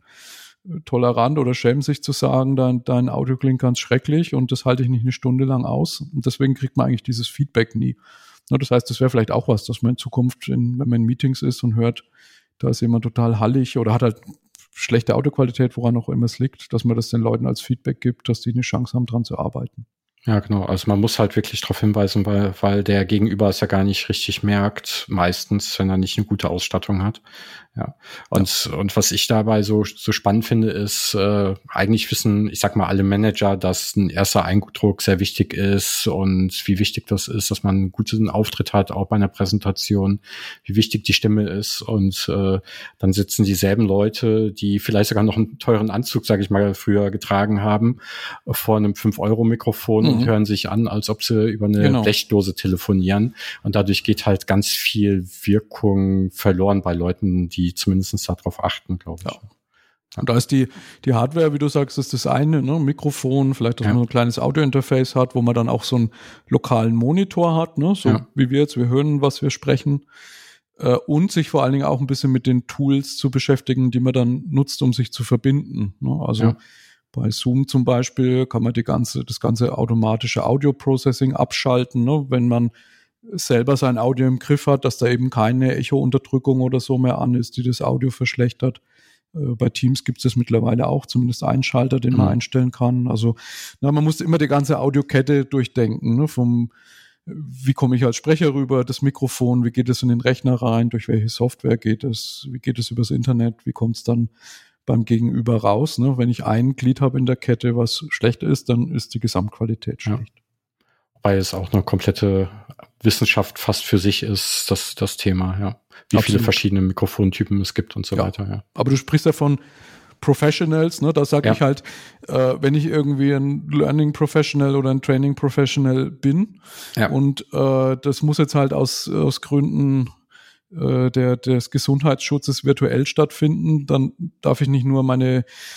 tolerant oder schämen sich zu sagen, dein, dein Audio klingt ganz schrecklich und das halte ich nicht eine Stunde lang aus. Und deswegen kriegt man eigentlich dieses Feedback nie. Das heißt, das wäre vielleicht auch was, dass man in Zukunft, in, wenn man in Meetings ist und hört, da ist jemand total hallig oder hat halt schlechte Audioqualität, woran auch immer es liegt, dass man das den Leuten als Feedback gibt, dass die eine Chance haben, dran zu arbeiten. Ja, genau. Also man muss halt wirklich darauf hinweisen, weil, weil der Gegenüber es ja gar nicht richtig merkt, meistens, wenn er nicht eine gute Ausstattung hat. Ja. Und, ja. und was ich dabei so, so spannend finde, ist, äh, eigentlich wissen, ich sag mal, alle Manager, dass ein erster Eindruck sehr wichtig ist und wie wichtig das ist, dass man einen guten Auftritt hat, auch bei einer Präsentation, wie wichtig die Stimme ist. Und äh, dann sitzen dieselben Leute, die vielleicht sogar noch einen teuren Anzug, sage ich mal, früher getragen haben, vor einem fünf Euro Mikrofon mhm. und hören sich an, als ob sie über eine genau. Blechdose telefonieren. Und dadurch geht halt ganz viel Wirkung verloren bei Leuten, die zumindest darauf achten, glaube ich. Ja. Und da ist die, die Hardware, wie du sagst, ist das eine, ne? Mikrofon, vielleicht, dass ja. man ein kleines Audio-Interface hat, wo man dann auch so einen lokalen Monitor hat, ne? So ja. wie wir jetzt, wir hören, was wir sprechen. Äh, und sich vor allen Dingen auch ein bisschen mit den Tools zu beschäftigen, die man dann nutzt, um sich zu verbinden. Ne? Also ja. bei Zoom zum Beispiel kann man die ganze, das ganze automatische Audio-Processing abschalten, ne? Wenn man selber sein Audio im Griff hat, dass da eben keine Echo-Unterdrückung oder so mehr an ist, die das Audio verschlechtert. Äh, bei Teams gibt es das mittlerweile auch, zumindest einen Schalter, den mhm. man einstellen kann. Also na, man muss immer die ganze Audiokette durchdenken, ne? Vom wie komme ich als Sprecher rüber, das Mikrofon, wie geht es in den Rechner rein, durch welche Software geht es, wie geht es übers Internet, wie kommt es dann beim Gegenüber raus. Ne? Wenn ich ein Glied habe in der Kette, was schlecht ist, dann ist die Gesamtqualität schlecht. Ja. Weil es auch eine komplette Wissenschaft fast für sich ist, das, das Thema, ja. Wie Absolut. Viele verschiedene Mikrofontypen es gibt und so ja. weiter, ja. Aber du sprichst ja von Professionals, ne? Da sage ja. ich halt, äh, wenn ich irgendwie ein Learning Professional oder ein Training Professional bin ja. und äh, das muss jetzt halt aus, aus Gründen äh, der, des Gesundheitsschutzes virtuell stattfinden, dann darf ich nicht nur meine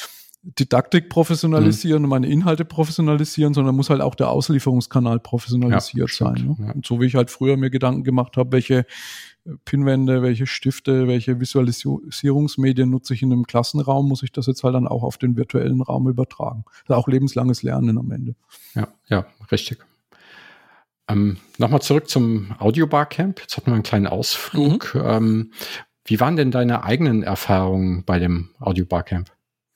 Didaktik professionalisieren, mhm. meine Inhalte professionalisieren, sondern muss halt auch der Auslieferungskanal professionalisiert ja, sein. Ne? Ja. Und so wie ich halt früher mir Gedanken gemacht habe, welche Pinwände, welche Stifte, welche Visualisierungsmedien nutze ich in einem Klassenraum, muss ich das jetzt halt dann auch auf den virtuellen Raum übertragen. Das ist auch lebenslanges Lernen am Ende. Ja, ja, richtig. Ähm, Nochmal zurück zum Audio Barcamp. Jetzt hatten wir einen kleinen Ausflug. Mhm. Ähm, wie waren denn deine eigenen Erfahrungen bei dem Audio Barcamp?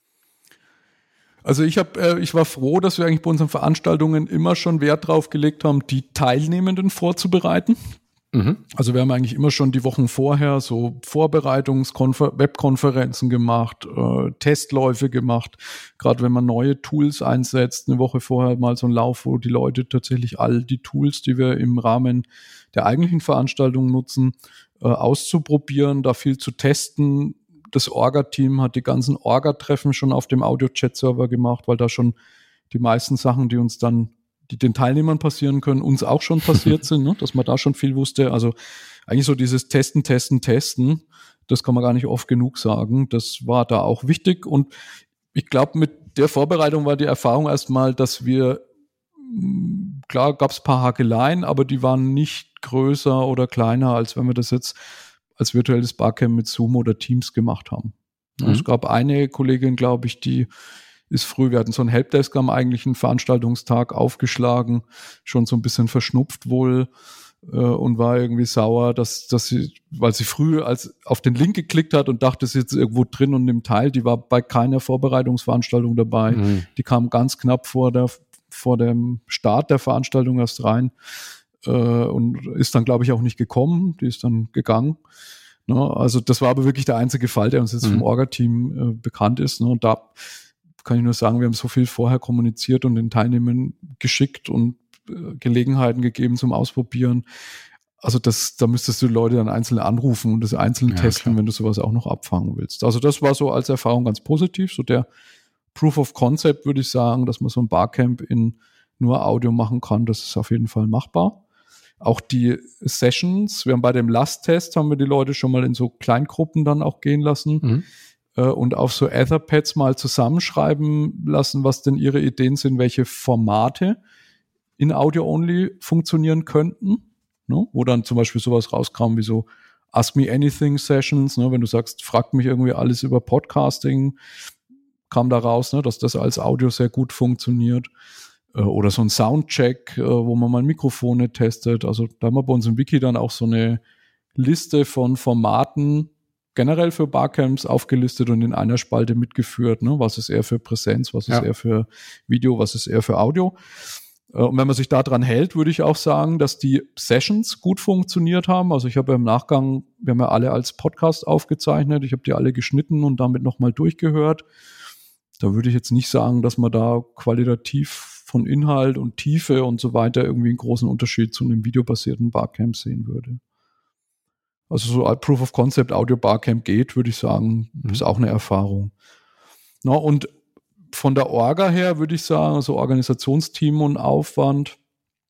Also ich habe, äh, ich war froh, dass wir eigentlich bei unseren Veranstaltungen immer schon Wert drauf gelegt haben, die Teilnehmenden vorzubereiten. Mhm. Also wir haben eigentlich immer schon die Wochen vorher so Vorbereitungs-Webkonferenzen gemacht, äh, Testläufe gemacht. Gerade wenn man neue Tools einsetzt, eine Woche vorher mal so ein Lauf, wo die Leute tatsächlich all die Tools, die wir im Rahmen der eigentlichen Veranstaltung nutzen, äh, auszuprobieren, da viel zu testen. Das Orga-Team hat die ganzen Orga-Treffen schon auf dem Audio-Chat-Server gemacht, weil da schon die meisten Sachen, die uns dann, die den Teilnehmern passieren können, uns auch schon passiert sind, ne? Dass man da schon viel wusste. Also eigentlich so dieses Testen, Testen, Testen, das kann man gar nicht oft genug sagen. Das war da auch wichtig. Und ich glaube, mit der Vorbereitung war die Erfahrung erstmal, dass wir, klar gab es ein paar Hakeleien, aber die waren nicht größer oder kleiner, als wenn wir das jetzt als virtuelles Barcamp mit Zoom oder Teams gemacht haben. Mhm. Es gab eine Kollegin, glaube ich, die ist früh, wir hatten so einen Helpdesk am eigentlichen Veranstaltungstag aufgeschlagen, schon so ein bisschen verschnupft wohl äh, und war irgendwie sauer, dass, dass sie, weil sie früh als auf den Link geklickt hat und dachte, sie ist jetzt irgendwo drin und nimmt teil, die war bei keiner Vorbereitungsveranstaltung dabei. Mhm. Die kam ganz knapp vor der, vor dem Start der Veranstaltung erst rein. Und ist dann, glaube ich, auch nicht gekommen. Die ist dann gegangen. Ne? Also das war aber wirklich der einzige Fall, der uns jetzt mhm. vom Orga-Team äh, bekannt ist. Ne? Und da kann ich nur sagen, wir haben so viel vorher kommuniziert und den Teilnehmern geschickt und äh, Gelegenheiten gegeben zum Ausprobieren. Also das, da müsstest du die Leute dann einzeln anrufen und das einzeln ja, testen, klar. Wenn du sowas auch noch abfangen willst. Also das war so als Erfahrung ganz positiv. So der Proof of Concept, würde ich sagen, dass man so ein Barcamp in nur Audio machen kann, das ist auf jeden Fall machbar. Auch die Sessions, wir haben bei dem Last-Test, haben wir die Leute schon mal in so Kleingruppen dann auch gehen lassen mhm. äh, und auf so Etherpads mal zusammenschreiben lassen, was denn ihre Ideen sind, welche Formate in Audio-Only funktionieren könnten, ne? Wo dann zum Beispiel sowas rauskam wie so Ask Me Anything Sessions, ne? Wenn du sagst, frag mich irgendwie alles über Podcasting, kam da raus, ne? Dass das als Audio sehr gut funktioniert. Oder so ein Soundcheck, wo man mal Mikrofone testet. Also da haben wir bei uns im Wiki dann auch so eine Liste von Formaten generell für Barcamps aufgelistet und in einer Spalte mitgeführt. Ne? Was ist eher für Präsenz, was ist ja. eher für Video, was ist eher für Audio. Und wenn man sich daran hält, würde ich auch sagen, dass die Sessions gut funktioniert haben. Also ich habe ja im Nachgang, wir haben ja alle als Podcast aufgezeichnet. Ich habe die alle geschnitten und damit nochmal durchgehört. Da würde ich jetzt nicht sagen, dass man da qualitativ von Inhalt und Tiefe und so weiter irgendwie einen großen Unterschied zu einem videobasierten Barcamp sehen würde. Also so als Proof of Concept Audio Barcamp geht, würde ich sagen, mhm. ist auch eine Erfahrung. Na, und von der Orga her würde ich sagen, also Organisationsteam und Aufwand,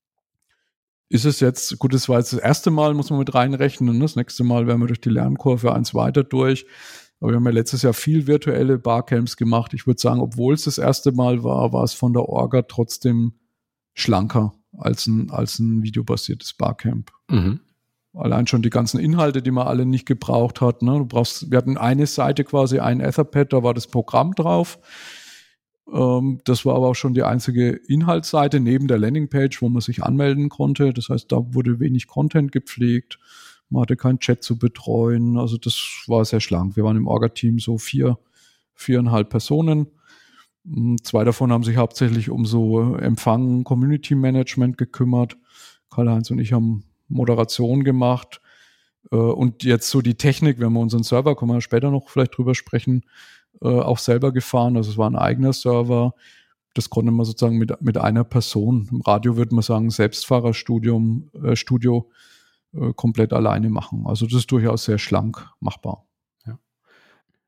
ist es jetzt, gut, das war jetzt das erste Mal, muss man mit reinrechnen, das nächste Mal werden wir durch die Lernkurve eins weiter durch. Aber wir haben ja letztes Jahr viel virtuelle Barcamps gemacht. Ich würde sagen, obwohl es das erste Mal war, war es von der Orga trotzdem schlanker als ein, als ein videobasiertes Barcamp. Mhm. Allein schon die ganzen Inhalte, die man alle nicht gebraucht hat. Ne? Du brauchst, wir hatten eine Seite quasi, ein Etherpad, da war das Programm drauf. Ähm, das war aber auch schon die einzige Inhaltsseite neben der Landingpage, wo man sich anmelden konnte. Das heißt, da wurde wenig Content gepflegt. Man hatte keinen Chat zu betreuen. Also das war sehr schlank. Wir waren im Orga-Team so vier, viereinhalb Personen. Zwei davon haben sich hauptsächlich um so Empfang, Community-Management gekümmert. Karl-Heinz und ich haben Moderation gemacht. Und jetzt so die Technik, wenn wir unseren Server, können wir später noch vielleicht drüber sprechen, auch selber gefahren. Also es war ein eigener Server. Das konnte man sozusagen mit, mit einer Person. Im Radio würde man sagen, Selbstfahrerstudium, äh, Studio, komplett alleine machen. Also das ist durchaus sehr schlank machbar. Ja.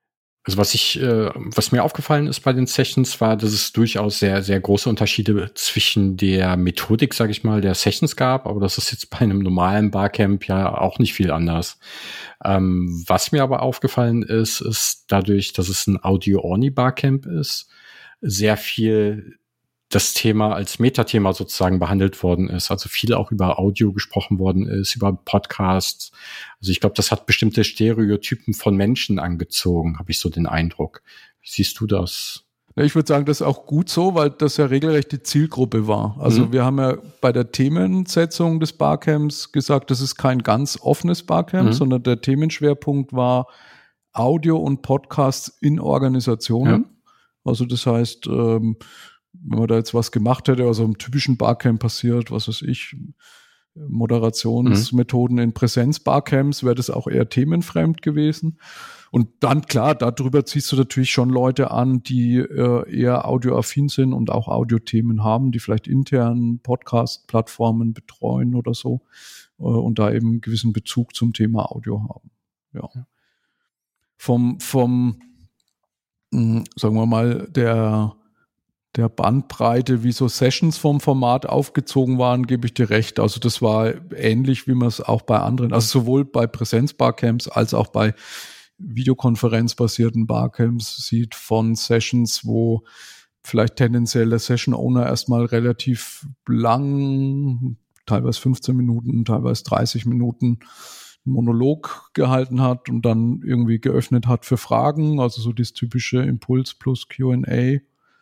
Also was ich, äh, was mir aufgefallen ist bei den Sessions, war, dass es durchaus sehr, sehr große Unterschiede zwischen der Methodik, sage ich mal, der Sessions gab, aber das ist jetzt bei einem normalen Barcamp ja auch nicht viel anders. Ähm, was mir aber aufgefallen ist, ist dadurch, dass es ein Audio-Only-Barcamp ist, sehr viel das Thema als Metathema sozusagen behandelt worden ist. Also viel auch über Audio gesprochen worden ist, über Podcasts. Also ich glaube, das hat bestimmte Stereotypen von Menschen angezogen, habe ich so den Eindruck. Wie siehst du das? Ja, ich würde sagen, das ist auch gut so, weil das ja regelrecht die Zielgruppe war. Also mhm. wir haben ja bei der Themensetzung des Barcamps gesagt, das ist kein ganz offenes Barcamp, mhm. sondern der Themenschwerpunkt war Audio und Podcasts in Organisationen. Ja. Also das heißt, ähm, wenn man da jetzt was gemacht hätte, also im typischen Barcamp passiert, was weiß ich, Moderationsmethoden mhm. in Präsenz-Barcamps, wäre das auch eher themenfremd gewesen. Und dann, klar, darüber ziehst du natürlich schon Leute an, die äh, eher audioaffin sind und auch Audiothemen haben, die vielleicht intern Podcast-Plattformen betreuen oder so äh, und da eben einen gewissen Bezug zum Thema Audio haben. Ja. ja. Vom, vom, mh, sagen wir mal, der der Bandbreite, wie so Sessions vom Format aufgezogen waren, gebe ich dir recht. Also das war ähnlich, wie man es auch bei anderen, also sowohl bei Präsenz-Barcamps als auch bei Videokonferenzbasierten Barcamps sieht, von Sessions, wo vielleicht tendenziell der Session-Owner erstmal relativ lang, teilweise fünfzehn Minuten, teilweise dreißig Minuten Monolog gehalten hat und dann irgendwie geöffnet hat für Fragen, also so das typische Impuls plus Q and A.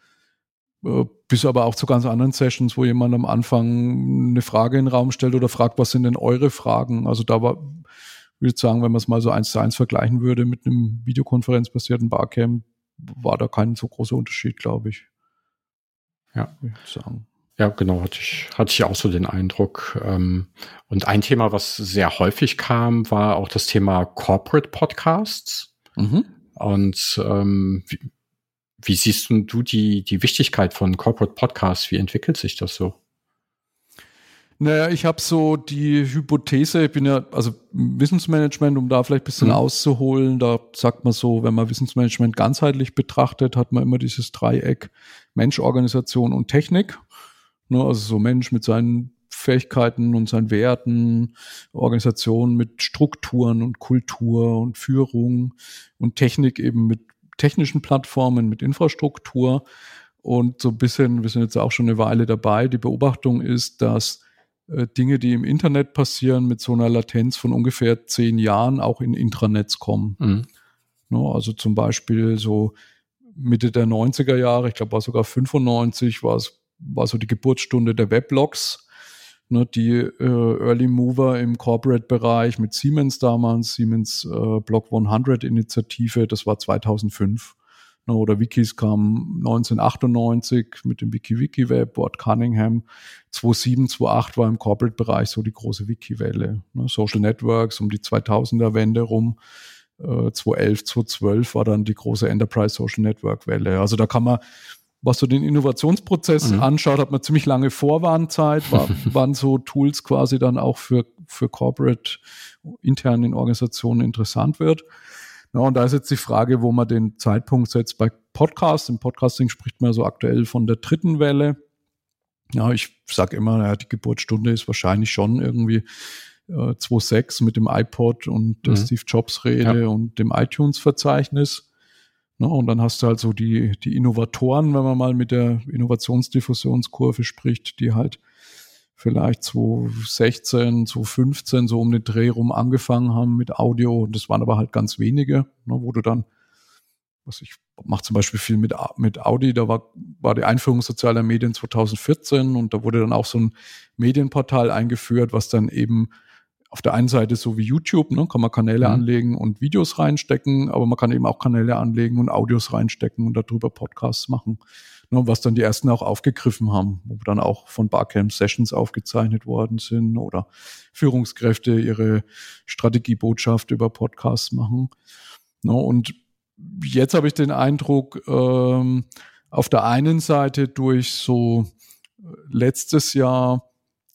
Bis aber auch zu ganz anderen Sessions, wo jemand am Anfang eine Frage in den Raum stellt oder fragt, was sind denn eure Fragen? Also da war, würde ich sagen, wenn man es mal so eins zu eins vergleichen würde mit einem videokonferenzbasierten Barcamp, war da kein so großer Unterschied, glaube ich. Ja, würde ich sagen. Ja, genau, hatte ich, hatte ich auch so den Eindruck. Und ein Thema, was sehr häufig kam, war auch das Thema Corporate Podcasts. Mhm. Und ähm, wie, Wie siehst du die, die Wichtigkeit von Corporate Podcasts? Wie entwickelt sich das so? Naja, ich habe so die Hypothese, ich bin ja, also Wissensmanagement, um da vielleicht ein bisschen mhm. auszuholen, da sagt man so, wenn man Wissensmanagement ganzheitlich betrachtet, hat man immer dieses Dreieck Mensch, Organisation und Technik. Ne, also so Mensch mit seinen Fähigkeiten und seinen Werten, Organisation mit Strukturen und Kultur und Führung und Technik eben mit technischen Plattformen, mit Infrastruktur. Und so ein bisschen, wir sind jetzt auch schon eine Weile dabei, die Beobachtung ist, dass äh, Dinge, die im Internet passieren, mit so einer Latenz von ungefähr zehn Jahren auch in Intranets kommen. Mhm. No, also zum Beispiel so Mitte der neunziger Jahre, ich glaube war sogar fünfundneunzig, war es, war so die Geburtsstunde der Weblogs. Ne, die äh, Early Mover im Corporate-Bereich mit Siemens damals, Siemens äh, Block hundert-Initiative, das war zweitausendfünf. Ne, oder Wikis kam neunzehnhundertachtundneunzig mit dem WikiWikiWeb, Burt Cunningham. zweitausendsieben, zweitausendacht war im Corporate-Bereich so die große Wiki-Welle. Ne, Social Networks um die zweitausender-Wende rum. Äh, zweitausendelf, zweitausendzwölf war dann die große Enterprise Social Network-Welle. Also da kann man, was so den Innovationsprozess mhm. anschaut, hat man ziemlich lange Vorwarnzeit, war, waren so Tools quasi dann auch für, für Corporate intern in Organisationen interessant wird. Ja, und da ist jetzt die Frage, wo man den Zeitpunkt setzt bei Podcasts. Im Podcasting spricht man so aktuell von der dritten Welle. Ja, ich sage immer, ja, die Geburtsstunde ist wahrscheinlich schon irgendwie äh, zweitausendsechs mit dem iPod und der mhm. Steve Jobs Rede ja. und dem iTunes-Verzeichnis. Ne, und dann hast du halt so die, die Innovatoren, wenn man mal mit der Innovationsdiffusionskurve spricht, die halt vielleicht zweitausendsechzehn, zweitausendfünfzehn so um den Dreh rum angefangen haben mit Audio. Und das waren aber halt ganz wenige, ne, wo du dann, was ich mache zum Beispiel viel mit, mit Audi, da war, war die Einführung sozialer Medien zweitausendvierzehn und da wurde dann auch so ein Medienportal eingeführt, was dann eben auf der einen Seite so wie YouTube, ne, kann man Kanäle mhm. anlegen und Videos reinstecken, aber man kann eben auch Kanäle anlegen und Audios reinstecken und darüber Podcasts machen, ne, was dann die ersten auch aufgegriffen haben, wo dann auch von Barcamp Sessions aufgezeichnet worden sind oder Führungskräfte ihre Strategiebotschaft über Podcasts machen. Ne, und jetzt habe ich den Eindruck, ähm, auf der einen Seite durch so letztes Jahr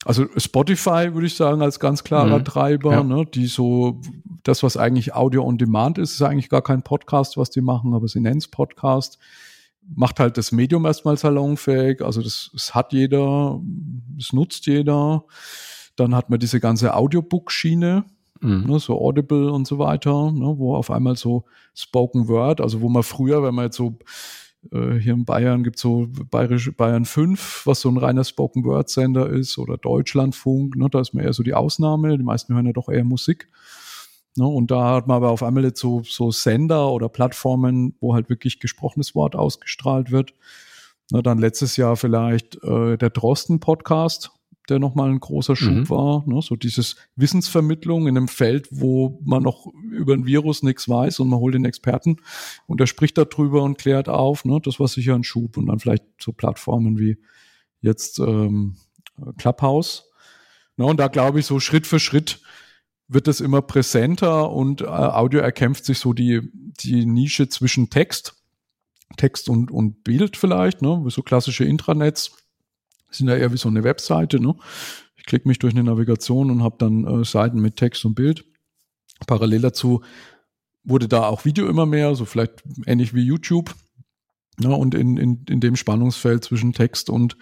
Also Spotify würde ich sagen als ganz klarer Mhm. Treiber, Ja. ne, die so, das was eigentlich Audio on Demand ist, ist eigentlich gar kein Podcast, was die machen, aber sie nennen es Podcast. Macht halt das Medium erstmal salonfähig, also das, das hat jeder, das nutzt jeder. Dann hat man diese ganze Audiobook-Schiene, Mhm. ne, so Audible und so weiter, ne, wo auf einmal so Spoken Word, also wo man früher, wenn man jetzt so äh, hier in Bayern gibt es so Bayerische Bayern fünf, was so ein reiner Spoken Word Sender ist, oder Deutschlandfunk, ne, da ist man eher so die Ausnahme, die meisten hören ja doch eher Musik. Ne, und da hat man aber auf einmal jetzt so, so Sender oder Plattformen, wo halt wirklich gesprochenes Wort ausgestrahlt wird. Ne, dann letztes Jahr vielleicht äh, der Drosten-Podcast, der nochmal ein großer Schub Mhm. war. Ne, so dieses Wissensvermittlung in einem Feld, wo man noch über ein Virus nichts weiß und man holt den Experten und der spricht darüber und klärt auf. Ne, das war sicher ein Schub. Und dann vielleicht so Plattformen wie jetzt ähm, Clubhouse. Ne, und da glaube ich, so Schritt für Schritt wird es immer präsenter und äh, Audio erkämpft sich so die, die Nische zwischen Text, Text und, und Bild vielleicht, ne? So klassische Intranets sind ja eher wie so eine Webseite, ne? Ich klicke mich durch eine Navigation und habe dann äh, Seiten mit Text und Bild. Parallel dazu wurde da auch Video immer mehr, so vielleicht ähnlich wie YouTube. Ne? Und in, in, in dem Spannungsfeld zwischen Text und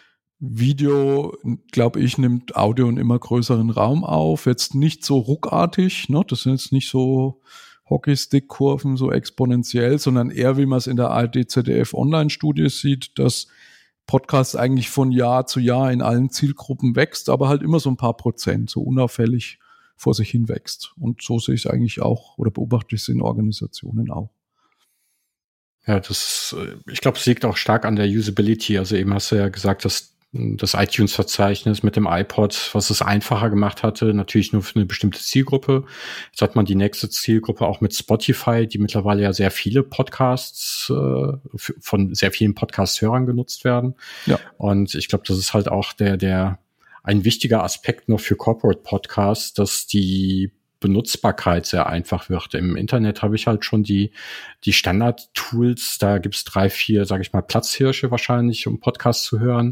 Video, glaube ich, nimmt Audio einen immer größeren Raum auf. Jetzt nicht so ruckartig, ne? Das sind jetzt nicht so Hockeystick-Kurven, so exponentiell, sondern eher, wie man es in der A R D Z D F Online-Studie sieht, dass Podcast eigentlich von Jahr zu Jahr in allen Zielgruppen wächst, aber halt immer so ein paar Prozent, so unauffällig vor sich hin wächst. Und so sehe ich es eigentlich auch oder beobachte ich es in Organisationen auch. Ja, das, ich glaube, es liegt auch stark an der Usability. Also eben hast du ja gesagt, dass das iTunes-Verzeichnis mit dem iPod, was es einfacher gemacht hatte, natürlich nur für eine bestimmte Zielgruppe. Jetzt hat man die nächste Zielgruppe auch mit Spotify, die mittlerweile ja sehr viele Podcasts äh, von sehr vielen Podcast-Hörern genutzt werden. Ja. Und ich glaube, das ist halt auch der, der ein wichtiger Aspekt noch für Corporate Podcasts, dass die Benutzbarkeit sehr einfach wird. Im Internet habe ich halt schon die die Standard-Tools, da gibt's drei, vier, sage ich mal, Platzhirsche wahrscheinlich, um Podcasts zu hören.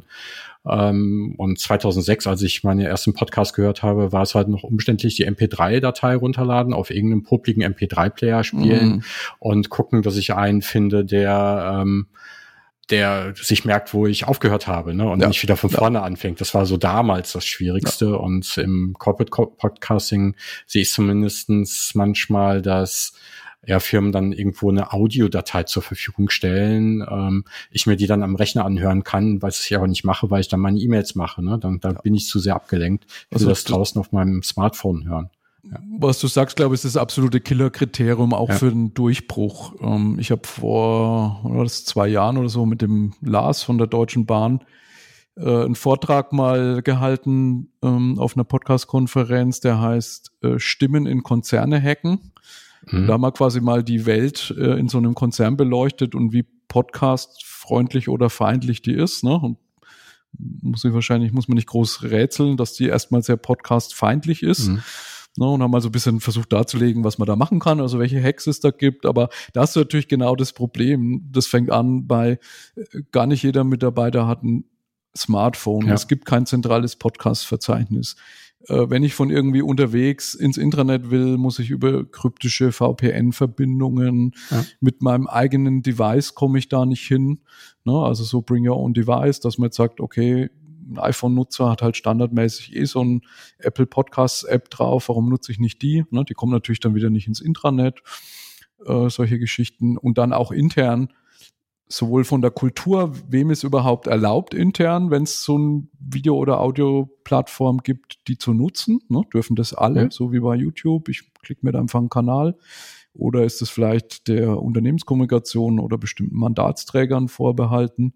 Ähm, und zweitausendsechs, als ich meine ersten Podcast gehört habe, war es halt noch umständlich, die M P drei Datei runterladen, auf irgendeinem popligen M P drei Player spielen Mhm. und gucken, dass ich einen finde, der ähm, der sich merkt, wo ich aufgehört habe, ne, und Ja, nicht wieder von ja. vorne anfängt. Das war so damals das Schwierigste. Ja. Und im Corporate Podcasting sehe ich zumindestens manchmal, dass ja Firmen dann irgendwo eine Audiodatei zur Verfügung stellen, ähm, ich mir die dann am Rechner anhören kann, was ich aber nicht mache, weil ich dann meine E-Mails mache, ne, dann da ja. bin ich zu sehr abgelenkt. Ich will also das draußen auf meinem Smartphone hören. Ja. Was du sagst, glaube ich, ist das absolute Killerkriterium auch ja. für den Durchbruch. Ähm, ich habe vor oder das ist zwei Jahren oder so mit dem Lars von der Deutschen Bahn äh, einen Vortrag mal gehalten ähm, auf einer Podcast-Konferenz, der heißt äh, Stimmen in Konzerne hacken. Mhm. Da haben wir quasi mal die Welt äh, in so einem Konzern beleuchtet und wie podcastfreundlich oder feindlich die ist. Ne? Und muss ich wahrscheinlich, muss man nicht groß rätseln, dass die erstmal sehr podcastfeindlich ist. Mhm. Ne, und haben mal so ein bisschen versucht darzulegen, was man da machen kann, also welche Hacks es da gibt. Aber da ist natürlich genau das Problem. Das fängt an bei, äh, gar nicht jeder Mitarbeiter hat ein Smartphone. Ja. Es gibt kein zentrales Podcast-Verzeichnis. Äh, wenn ich von irgendwie unterwegs ins Intranet will, muss ich über kryptische V P N-Verbindungen ja. mit meinem eigenen Device komme ich da nicht hin. Ne, also so bring your own device, dass man jetzt sagt, okay, ein iPhone-Nutzer hat halt standardmäßig eh so ein Apple Podcasts-App drauf, warum nutze ich nicht die? Ne, die kommen natürlich dann wieder nicht ins Intranet, äh, solche Geschichten. Und dann auch intern, sowohl von der Kultur, wem ist überhaupt erlaubt intern, wenn es so ein Video- oder Audio-Plattform gibt, die zu nutzen, ne? Dürfen das alle, ja. so wie bei YouTube, ich klicke mir da einfach einen Kanal, oder ist es vielleicht der Unternehmenskommunikation oder bestimmten Mandatsträgern vorbehalten?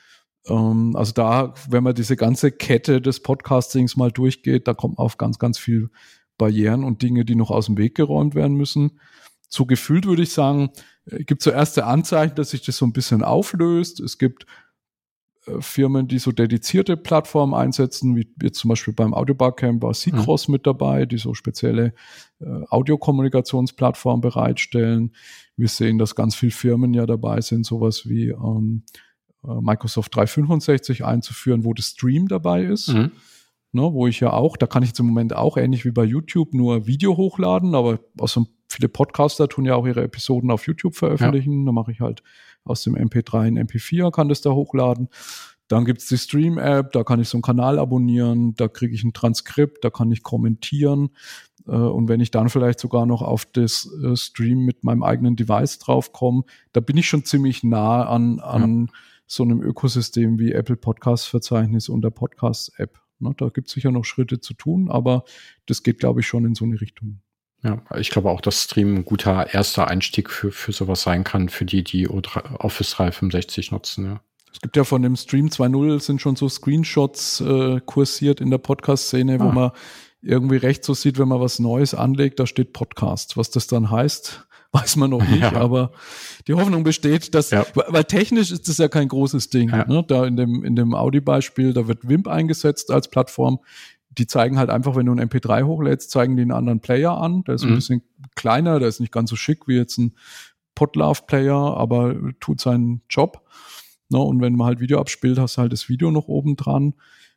Also da, wenn man diese ganze Kette des Podcastings mal durchgeht, da kommt man auf ganz, ganz viel Barrieren und Dinge, die noch aus dem Weg geräumt werden müssen. So gefühlt würde ich sagen, gibt es so erste Anzeichen, dass sich das so ein bisschen auflöst. Es gibt äh, Firmen, die so dedizierte Plattformen einsetzen, wie jetzt zum Beispiel beim Audiobarcamp war Seacross mhm. mit dabei, die so spezielle äh, Audiokommunikationsplattformen bereitstellen. Wir sehen, dass ganz viele Firmen ja dabei sind, sowas wie ähm, Microsoft dreihundertfünfundsechzig einzuführen, wo das Stream dabei ist. Mhm. ne, wo ich ja auch, da kann ich jetzt im Moment auch ähnlich wie bei YouTube nur Video hochladen, aber also viele Podcaster tun ja auch ihre Episoden auf YouTube veröffentlichen. Ja. Da mache ich halt aus dem M P drei ein M P vier, kann das da hochladen. Dann gibt's die Stream-App, da kann ich so einen Kanal abonnieren, da kriege ich ein Transkript, da kann ich kommentieren. Und wenn ich dann vielleicht sogar noch auf das Stream mit meinem eigenen Device draufkomme, da bin ich schon ziemlich nah an, an ja. so einem Ökosystem wie Apple Podcast-Verzeichnis und der Podcast-App. Da gibt es sicher noch Schritte zu tun, aber das geht, glaube ich, schon in so eine Richtung. Ja, ich glaube auch, dass Stream ein guter erster Einstieg für, für sowas sein kann, für die, die Office dreihundertfünfundsechzig nutzen, ja. Es gibt ja von dem Stream zwei Punkt null sind schon so Screenshots äh, kursiert in der Podcast-Szene, ah. wo man irgendwie rechts so sieht, wenn man was Neues anlegt, da steht Podcast. Was das dann heißt, weiß man noch nicht, ja. aber die Hoffnung besteht, dass, ja. weil technisch ist das ja kein großes Ding. Ja. Ne? Da in dem, in dem Audi-Beispiel, da wird Wimp eingesetzt als Plattform. Die zeigen halt einfach, wenn du einen M P drei hochlädst, zeigen die einen anderen Player an. Der ist mhm. ein bisschen kleiner, der ist nicht ganz so schick wie jetzt ein Podlove-Player, aber tut seinen Job. No, und wenn man halt Video abspielt, hast du halt das Video noch oben dran.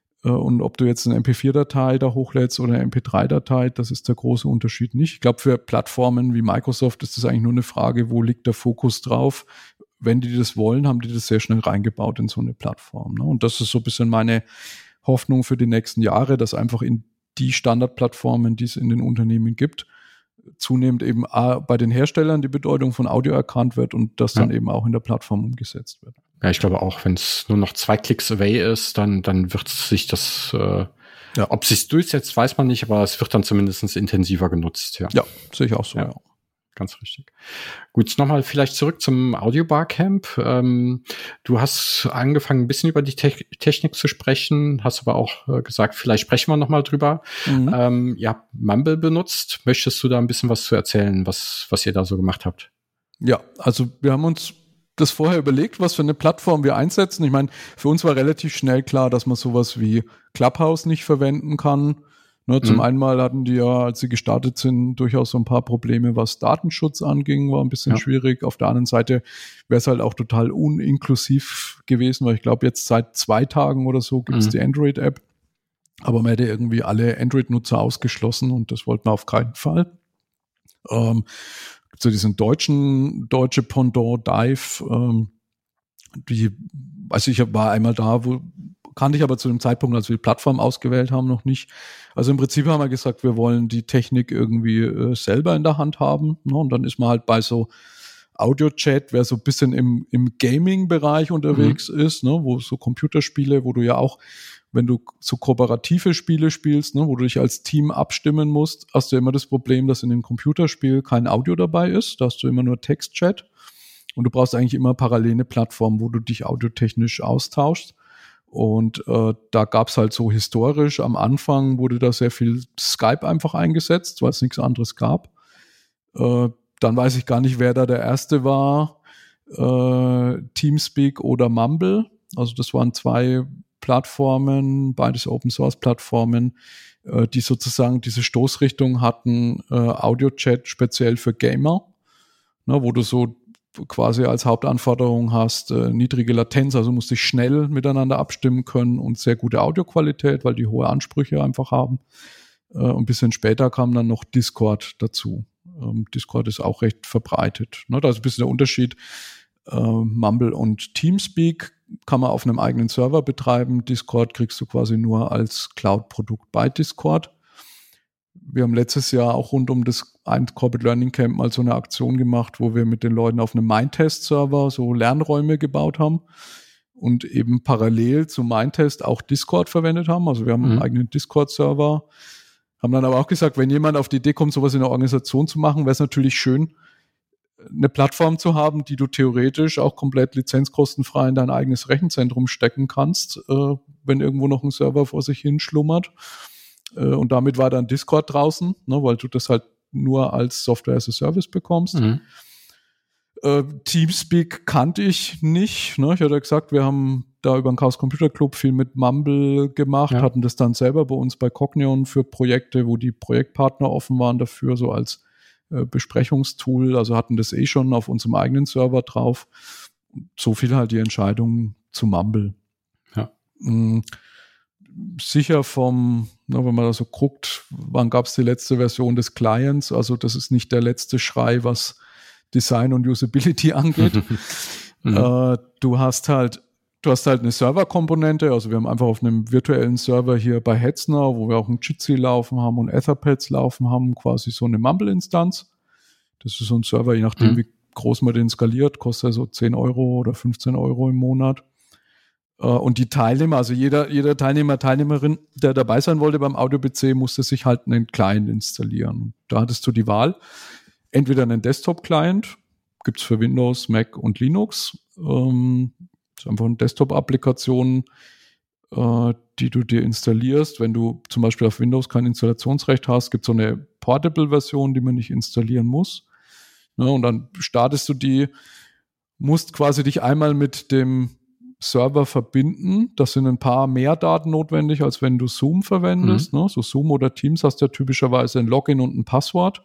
Und ob du jetzt eine M P vier Datei da hochlädst oder eine M P drei Datei, das ist der große Unterschied nicht. Ich glaube, für Plattformen wie Microsoft ist das eigentlich nur eine Frage, wo liegt der Fokus drauf? Wenn die das wollen, haben die das sehr schnell reingebaut in so eine Plattform. Ne? Und das ist so ein bisschen meine Hoffnung für die nächsten Jahre, dass einfach in die Standardplattformen, die es in den Unternehmen gibt, zunehmend eben bei den Herstellern die Bedeutung von Audio erkannt wird und das dann ja. eben auch in der Plattform umgesetzt wird. Ja, ich glaube auch, wenn es nur noch zwei Klicks away ist, dann dann wird sich das, äh, ja. ob es sich durchsetzt, weiß man nicht, aber es wird dann zumindest intensiver genutzt. Ja, ja sehe ich auch so, ja. ja. Ganz richtig. Gut, nochmal vielleicht zurück zum Audio Barcamp. Ähm, du hast angefangen, ein bisschen über die Te- Technik zu sprechen, hast aber auch äh, gesagt, vielleicht sprechen wir nochmal drüber. Mhm. Ähm, ihr habt Mumble benutzt. Möchtest du da ein bisschen was zu erzählen, was, was ihr da so gemacht habt? Ja, also wir haben uns das vorher überlegt, was für eine Plattform wir einsetzen. Ich meine, für uns war relativ schnell klar, dass man sowas wie Clubhouse nicht verwenden kann. Ne, zum mhm. einen mal hatten die ja, als sie gestartet sind, durchaus so ein paar Probleme, was Datenschutz anging, war ein bisschen ja. schwierig. Auf der anderen Seite wäre es halt auch total uninklusiv gewesen, weil ich glaube, jetzt seit zwei Tagen oder so gibt es mhm. die Android-App. Aber man hätte irgendwie alle Android-Nutzer ausgeschlossen und das wollten wir auf keinen Fall. Ähm, gibt so diesen deutschen, deutsche Pendant Dive, ähm, die, also ich war einmal da, wo kannte ich aber zu dem Zeitpunkt, als wir die Plattform ausgewählt haben, noch nicht. Also im Prinzip haben wir gesagt, wir wollen die Technik irgendwie äh, selber in der Hand haben. Ne? Und dann ist man halt bei so Audio-Chat, wer so ein bisschen im, im Gaming-Bereich unterwegs mhm. ist, ne? Wo so Computerspiele, wo du ja auch, wenn du so kooperative Spiele spielst, ne? Wo du dich als Team abstimmen musst, hast du immer das Problem, dass in dem Computerspiel kein Audio dabei ist. Da hast du immer nur Text-Chat. Und du brauchst eigentlich immer parallel eine Plattform, wo du dich audiotechnisch austauschst. Und äh, da gab's halt so historisch, am Anfang wurde da sehr viel Skype einfach eingesetzt, weil es nichts anderes gab. Äh, dann weiß ich gar nicht, wer da der Erste war, äh, Teamspeak oder Mumble. Also das waren zwei Plattformen, beides Open-Source-Plattformen, äh, die sozusagen diese Stoßrichtung hatten, äh, Audio-Chat speziell für Gamer, ne, wo du so quasi als Hauptanforderung hast, äh, niedrige Latenz, also musst dich schnell miteinander abstimmen können und sehr gute Audioqualität, weil die hohe Ansprüche einfach haben. Äh, und ein bisschen später kam dann noch Discord dazu. Ähm, Discord ist auch recht verbreitet. Ne? Da ist ein bisschen der Unterschied. Äh, Mumble und Teamspeak kann man auf einem eigenen Server betreiben. Discord kriegst du quasi nur als Cloud-Produkt bei Discord. Wir haben letztes Jahr auch rund um das Corporate Learning Camp mal so eine Aktion gemacht, wo wir mit den Leuten auf einem Mindtest-Server so Lernräume gebaut haben und eben parallel zu Mindtest auch Discord verwendet haben. Also wir haben mhm. einen eigenen Discord-Server, haben dann aber auch gesagt, wenn jemand auf die Idee kommt, sowas in der Organisation zu machen, wäre es natürlich schön, eine Plattform zu haben, die du theoretisch auch komplett lizenzkostenfrei in dein eigenes Rechenzentrum stecken kannst, äh, wenn irgendwo noch ein Server vor sich hin schlummert. Und damit war dann Discord draußen, ne, weil du das halt nur als Software as a Service bekommst. Mhm. Äh, Teamspeak kannte ich nicht. Ne? Ich hatte gesagt, wir haben da über den Chaos Computer Club viel mit Mumble gemacht, ja. hatten das dann selber bei uns bei Cognion für Projekte, wo die Projektpartner offen waren dafür, so als äh, Besprechungstool. Also hatten das eh schon auf unserem eigenen Server drauf. So viel halt die Entscheidung zu Mumble. Ja. Mhm. sicher vom, na, wenn man da so guckt, wann gab es die letzte Version des Clients, also das ist nicht der letzte Schrei, was Design und Usability angeht. mhm. äh, du hast halt Du hast halt eine Serverkomponente, also wir haben einfach auf einem virtuellen Server hier bei Hetzner, wo wir auch ein Jitsi laufen haben und Etherpads laufen haben, quasi so eine Mumble-Instanz. Das ist so ein Server, je nachdem, mhm. wie groß man den skaliert, kostet er so zehn Euro oder fünfzehn Euro im Monat. Und die Teilnehmer, also jeder, jeder Teilnehmer, Teilnehmerin, der dabei sein wollte beim Audio-P C, musste sich halt einen Client installieren. Und da hattest du die Wahl, entweder einen Desktop-Client, gibt's für Windows, Mac und Linux, ähm, das ist einfach eine Desktop-Applikation, äh, die du dir installierst. Wenn du zum Beispiel auf Windows kein Installationsrecht hast, gibt es so eine Portable-Version, die man nicht installieren muss. Ja, und dann startest du die, musst quasi dich einmal mit dem Server verbinden. Das sind ein paar mehr Daten notwendig, als wenn du Zoom verwendest. Mhm. Ne? So Zoom oder Teams hast du ja typischerweise ein Login und ein Passwort.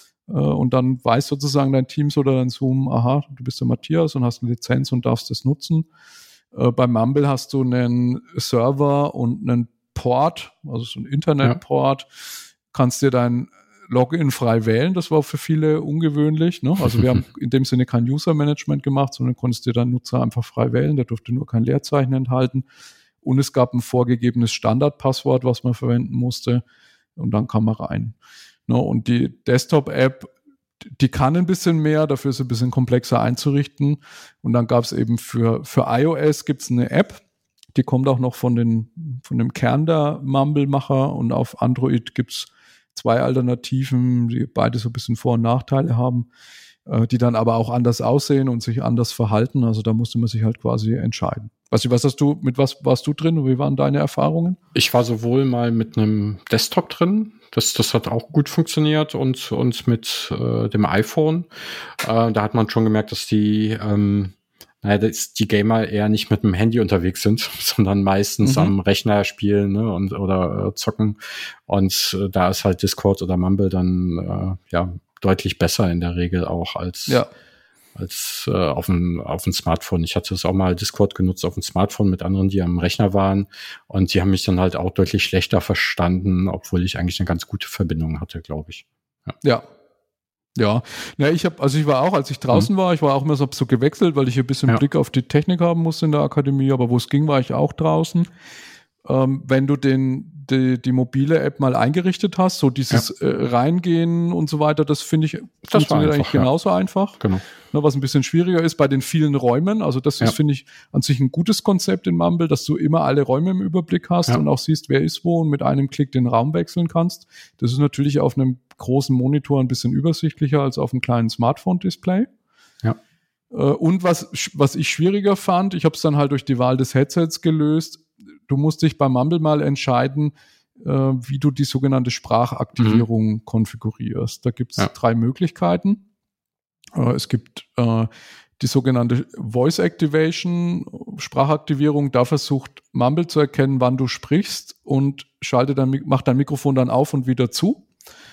Und dann weiß sozusagen dein Teams oder dein Zoom, aha, du bist der Matthias und hast eine Lizenz und darfst das nutzen. Äh, bei Mumble hast du einen Server und einen Port, also so einen Internetport, ja. Kannst dir dein Login frei wählen. Das war für viele ungewöhnlich. Ne? Also wir haben in dem Sinne kein User-Management gemacht, sondern konntest dir dein Nutzer einfach frei wählen. Der durfte nur kein Leerzeichen enthalten. Und es gab ein vorgegebenes Standardpasswort, was man verwenden musste. Und dann kam man rein. No, und die Desktop-App, die kann ein bisschen mehr, dafür ist sie ein bisschen komplexer einzurichten. Und dann gab es eben für, für iOS gibt's eine App, die kommt auch noch von, den, von dem Kern der Mumble-Macher. Und auf Android gibt's zwei Alternativen, die beide so ein bisschen Vor- und Nachteile haben, äh, die dann aber auch anders aussehen und sich anders verhalten. Also da musste man sich halt quasi entscheiden. Weißt du, was hast du, mit was warst du drin und wie waren deine Erfahrungen? Ich war sowohl mal mit einem Desktop drin, das, das hat auch gut funktioniert und, und mit äh, dem iPhone. Äh, da hat man schon gemerkt, dass die, ähm, naja, dass die Gamer eher nicht mit dem Handy unterwegs sind, sondern meistens mhm. am Rechner spielen, ne, und oder äh, zocken. Und äh, da ist halt Discord oder Mumble dann äh, ja deutlich besser in der Regel auch als ja. als äh, auf dem auf dem Smartphone. Ich hatte es auch mal Discord genutzt auf dem Smartphone mit anderen, die am Rechner waren, und die haben mich dann halt auch deutlich schlechter verstanden, obwohl ich eigentlich eine ganz gute Verbindung hatte, glaube ich. Ja. Ja. Ja, ja, ich habe, also ich war auch, als ich draußen mhm. war, ich war auch immer so, so gewechselt, weil ich ein bisschen ja. Blick auf die Technik haben musste in der Akademie, aber wo es ging, war ich auch draußen. Ähm, wenn du den die, die mobile App mal eingerichtet hast, so dieses ja. äh, Reingehen und so weiter, das finde ich, das funktioniert einfach, eigentlich genauso ja. einfach. Genau. Ne, was ein bisschen schwieriger ist bei den vielen Räumen, also das ja. ist, finde ich, an sich ein gutes Konzept in Mumble, dass du immer alle Räume im Überblick hast ja. und auch siehst, wer ist wo und mit einem Klick den Raum wechseln kannst. Das ist natürlich auf einem großen Monitor ein bisschen übersichtlicher als auf einem kleinen Smartphone-Display. Ja. Äh, und was, was ich schwieriger fand, ich habe es dann halt durch die Wahl des Headsets gelöst, du musst dich bei Mumble mal entscheiden, äh, wie du die sogenannte Sprachaktivierung mhm. konfigurierst. Da gibt es ja. drei Möglichkeiten. Äh, es gibt äh, die sogenannte Voice Activation, Sprachaktivierung. Da versucht Mumble zu erkennen, wann du sprichst und schaltet dann, macht dein Mikrofon dann auf und wieder zu.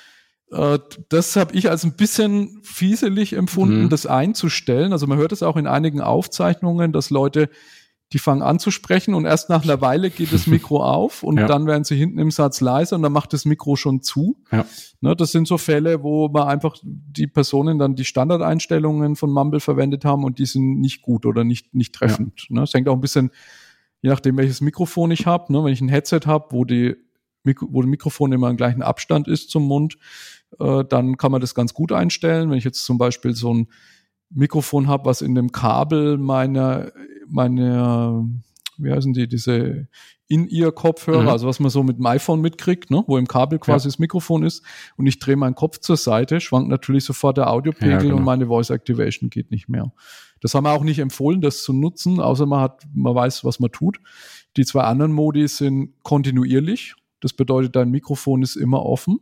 Äh, das habe ich als ein bisschen fieselig empfunden, mhm. das einzustellen. Also man hört es auch in einigen Aufzeichnungen, dass Leute, die fangen an zu sprechen und erst nach einer Weile geht das Mikro auf und ja. dann werden sie hinten im Satz leiser und dann macht das Mikro schon zu. Ja. Ne, das sind so Fälle, wo man einfach die Personen dann die Standardeinstellungen von Mumble verwendet haben und die sind nicht gut oder nicht, nicht treffend. Ja. Ne, es hängt auch ein bisschen, je nachdem, welches Mikrofon ich habe. Ne, wenn ich ein Headset habe, wo die Mikro, wo das Mikrofon immer im gleichen Abstand ist zum Mund, äh, dann kann man das ganz gut einstellen. Wenn ich jetzt zum Beispiel so ein Mikrofon habe, was in dem Kabel meiner, meiner, wie heißen die, diese In-Ear-Kopfhörer, mhm. also was man so mit dem iPhone mitkriegt, ne, wo im Kabel quasi ja. das Mikrofon ist, und ich drehe meinen Kopf zur Seite, schwankt natürlich sofort der Audiopegel ja, genau. und meine Voice Activation geht nicht mehr. Das haben wir auch nicht empfohlen, das zu nutzen, außer man hat, man weiß, was man tut. Die zwei anderen Modi sind kontinuierlich. Das bedeutet, dein Mikrofon ist immer offen.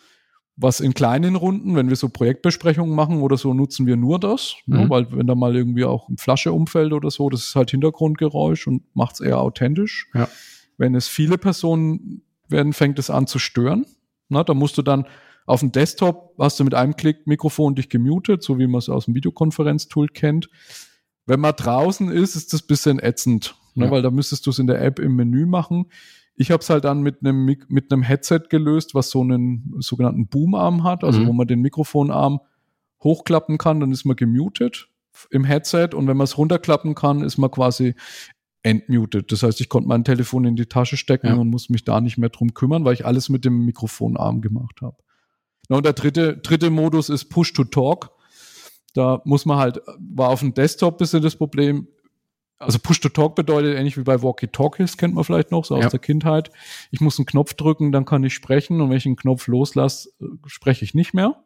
Was in kleinen Runden, wenn wir so Projektbesprechungen machen oder so, nutzen wir nur das, mhm. ne, weil wenn da mal irgendwie auch eine Flasche umfällt oder so, das ist halt Hintergrundgeräusch und macht es eher authentisch. Ja. Wenn es viele Personen werden, fängt es an zu stören. Na, da musst du dann auf dem Desktop, hast du mit einem Klick Mikrofon dich gemutet, so wie man es aus dem Videokonferenztool kennt. Wenn man draußen ist, ist das ein bisschen ätzend, ne, ja. weil da müsstest du es in der App im Menü machen. Ich habe es halt dann mit einem mit einem Headset gelöst, was so einen sogenannten Boomarm hat, also mhm. wo man den Mikrofonarm hochklappen kann, dann ist man gemutet im Headset und wenn man es runterklappen kann, ist man quasi entmutet. Das heißt, ich konnte mein Telefon in die Tasche stecken ja. und muss mich da nicht mehr drum kümmern, weil ich alles mit dem Mikrofonarm gemacht habe. Und der dritte, dritte Modus ist Push-to-Talk. Da muss man halt, war auf dem Desktop ein bisschen das Problem, also Push-to-Talk bedeutet ähnlich wie bei Walkie-Talkies, kennt man vielleicht noch, so ja. aus der Kindheit. Ich muss einen Knopf drücken, dann kann ich sprechen und wenn ich einen Knopf loslasse, spreche ich nicht mehr.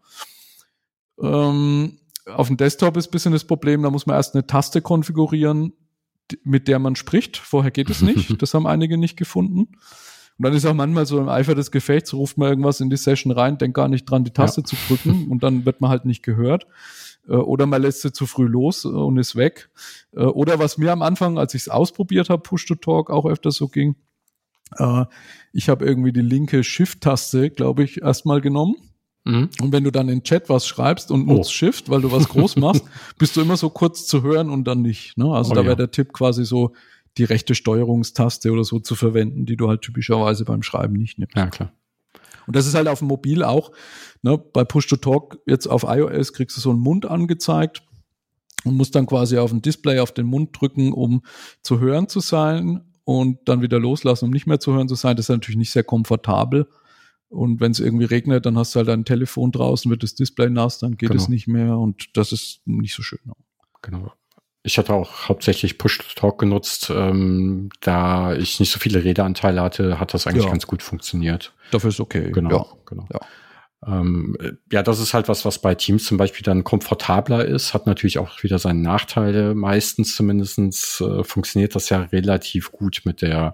Ähm, auf dem Desktop ist ein bisschen das Problem, da muss man erst eine Taste konfigurieren, mit der man spricht. Vorher geht es nicht. Das haben einige nicht gefunden. Und dann ist auch manchmal so im Eifer des Gefechts, ruft man irgendwas in die Session rein, denkt gar nicht dran, die Taste ja. zu drücken und dann wird man halt nicht gehört. Oder man lässt sie zu früh los und ist weg. Oder was mir am Anfang, als ich es ausprobiert habe, Push-to-Talk auch öfter so ging, ich habe irgendwie die linke Shift-Taste, glaube ich, erstmal genommen. Mhm. Und wenn du dann in Chat was schreibst und nutzt oh. Shift, weil du was groß machst, bist du immer so kurz zu hören und dann nicht. Ne? Also oh, da wäre ja. der Tipp quasi so, die rechte Steuerungstaste oder so zu verwenden, die du halt typischerweise beim Schreiben nicht nimmst. Ja, klar. Und das ist halt auf dem Mobil auch. Ne? Bei Push-to-Talk jetzt auf iOS kriegst du so einen Mund angezeigt und musst dann quasi auf ein Display auf den Mund drücken, um zu hören zu sein und dann wieder loslassen, um nicht mehr zu hören zu sein. Das ist natürlich nicht sehr komfortabel. Und wenn es irgendwie regnet, dann hast du halt dein Telefon draußen, wird das Display nass, dann geht genau. es nicht mehr und das ist nicht so schön. Genau. Ich hatte auch hauptsächlich Push-to-Talk genutzt. Ähm, da ich nicht so viele Redeanteile hatte, hat das eigentlich ja. ganz gut funktioniert. Dafür ist okay. Genau, ja. genau. Ja. Ähm, ja, das ist halt was, was bei Teams zum Beispiel dann komfortabler ist, hat natürlich auch wieder seine Nachteile. Meistens zumindestens äh, funktioniert das ja relativ gut mit der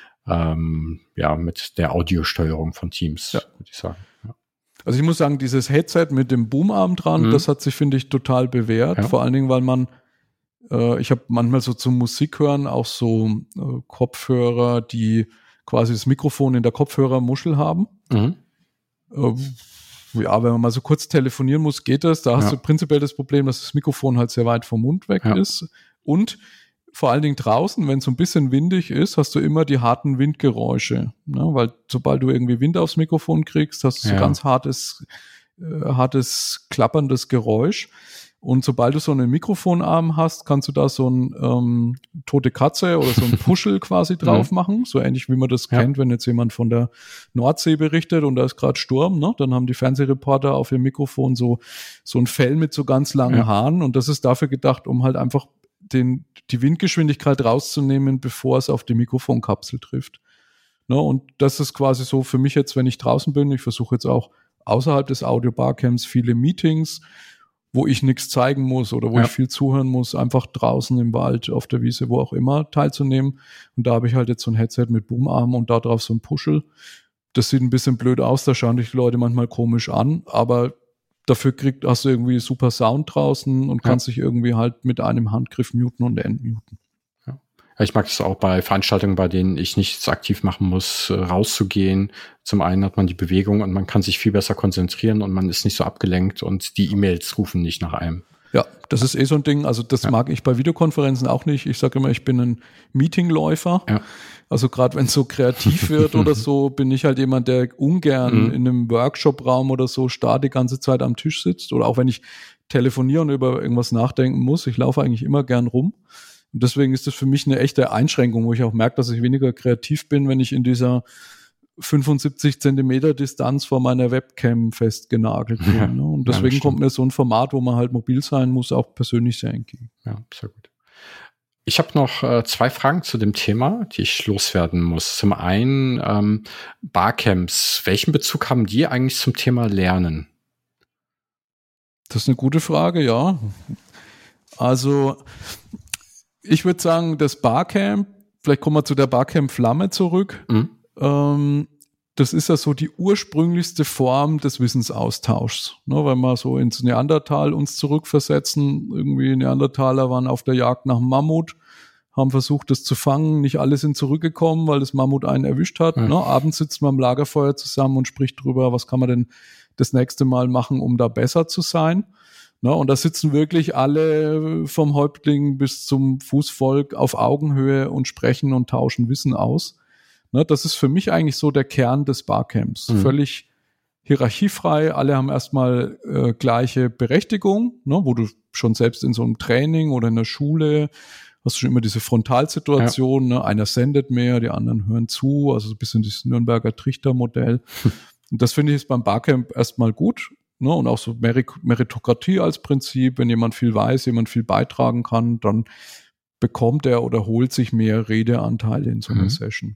Ähm, ja, mit der Audiosteuerung von Teams, ja. würde ich sagen. Ja. Also ich muss sagen, dieses Headset mit dem Boomarm dran, mhm. das hat sich, finde ich, total bewährt. Ja. Vor allen Dingen, weil man, äh, ich habe manchmal so zum Musik hören auch so äh, Kopfhörer, die quasi das Mikrofon in der Kopfhörermuschel haben. Mhm. Äh, ja, wenn man mal so kurz telefonieren muss, geht das. Da hast ja. du prinzipiell das Problem, dass das Mikrofon halt sehr weit vom Mund weg ja. ist. Und vor allen Dingen draußen, wenn es so ein bisschen windig ist, hast du immer die harten Windgeräusche. Ne? Weil sobald du irgendwie Wind aufs Mikrofon kriegst, hast du ja. so ganz hartes, äh, hartes, klapperndes Geräusch. Und sobald du so einen Mikrofonarm hast, kannst du da so ein ähm, tote Katze oder so ein Puschel quasi drauf machen. So ähnlich wie man das ja. kennt, wenn jetzt jemand von der Nordsee berichtet und da ist gerade Sturm. Ne? Dann haben die Fernsehreporter auf ihrem Mikrofon so, so ein Fell mit so ganz langen ja. Haaren. Und das ist dafür gedacht, um halt einfach den, die Windgeschwindigkeit rauszunehmen, bevor es auf die Mikrofonkapsel trifft. Ne, und das ist quasi so für mich jetzt, wenn ich draußen bin, ich versuche jetzt auch außerhalb des Audio-Barcamps viele Meetings, wo ich nichts zeigen muss oder wo ja. ich viel zuhören muss, einfach draußen im Wald, auf der Wiese, wo auch immer, teilzunehmen. Und da habe ich halt jetzt so ein Headset mit Boomarm und da drauf so ein Puschel. Das sieht ein bisschen blöd aus, da schauen dich die Leute manchmal komisch an, aber dafür kriegt, hast du irgendwie super Sound draußen und kannst ja. dich irgendwie halt mit einem Handgriff muten und entmuten. Ja. Ich mag es auch bei Veranstaltungen, bei denen ich nichts aktiv machen muss, rauszugehen. Zum einen hat man die Bewegung und man kann sich viel besser konzentrieren und man ist nicht so abgelenkt und die E-Mails rufen nicht nach einem. Ja, das ist eh so ein Ding. Also das ja. mag ich bei Videokonferenzen auch nicht. Ich sage immer, ich bin ein Meetingläufer. Ja. Also gerade wenn es so kreativ wird oder so, bin ich halt jemand, der ungern mhm. in einem Workshop-Raum oder so starr die ganze Zeit am Tisch sitzt. Oder auch wenn ich telefoniere und über irgendwas nachdenken muss. Ich laufe eigentlich immer gern rum. Und deswegen ist das für mich eine echte Einschränkung, wo ich auch merke, dass ich weniger kreativ bin, wenn ich in dieser fünfundsiebzig Zentimeter Distanz vor meiner Webcam festgenagelt bin. Ja, ne? Und deswegen ja, kommt mir so ein Format, wo man halt mobil sein muss, auch persönlich sehr entgegen. Ja, sehr gut. Ich habe noch äh, zwei Fragen zu dem Thema, die ich loswerden muss. Zum einen ähm, Barcamps. Welchen Bezug haben die eigentlich zum Thema Lernen? Das ist eine gute Frage, ja. Also ich würde sagen, das Barcamp, vielleicht kommen wir zu der Barcamp-Flamme zurück. Mhm. Ähm, das ist ja so die ursprünglichste Form des Wissensaustauschs. Ne, wenn wir so ins Neandertal uns zurückversetzen, irgendwie Neandertaler waren auf der Jagd nach dem Mammut, haben versucht, das zu fangen. Nicht alle sind zurückgekommen, weil das Mammut einen erwischt hat. Mhm. Ne, abends sitzt man am Lagerfeuer zusammen und spricht drüber, was kann man denn das nächste Mal machen, um da besser zu sein. Ne, und da sitzen wirklich alle vom Häuptling bis zum Fußvolk auf Augenhöhe und sprechen und tauschen Wissen aus. Ne, das ist für mich eigentlich so der Kern des Barcamps. Mhm. Völlig hierarchiefrei, alle haben erstmal äh, gleiche Berechtigung, ne, wo du schon selbst in so einem Training oder in der Schule hast du schon immer diese Frontalsituation, ja. ne, einer sendet mehr, die anderen hören zu, also so ein bisschen dieses Nürnberger Trichter-Modell. Hm. Und das finde ich ist beim Barcamp erstmal gut, ne, und auch so Merit- Meritokratie als Prinzip, wenn jemand viel weiß, jemand viel beitragen kann, dann bekommt er oder holt sich mehr Redeanteile in so einer mhm. Session.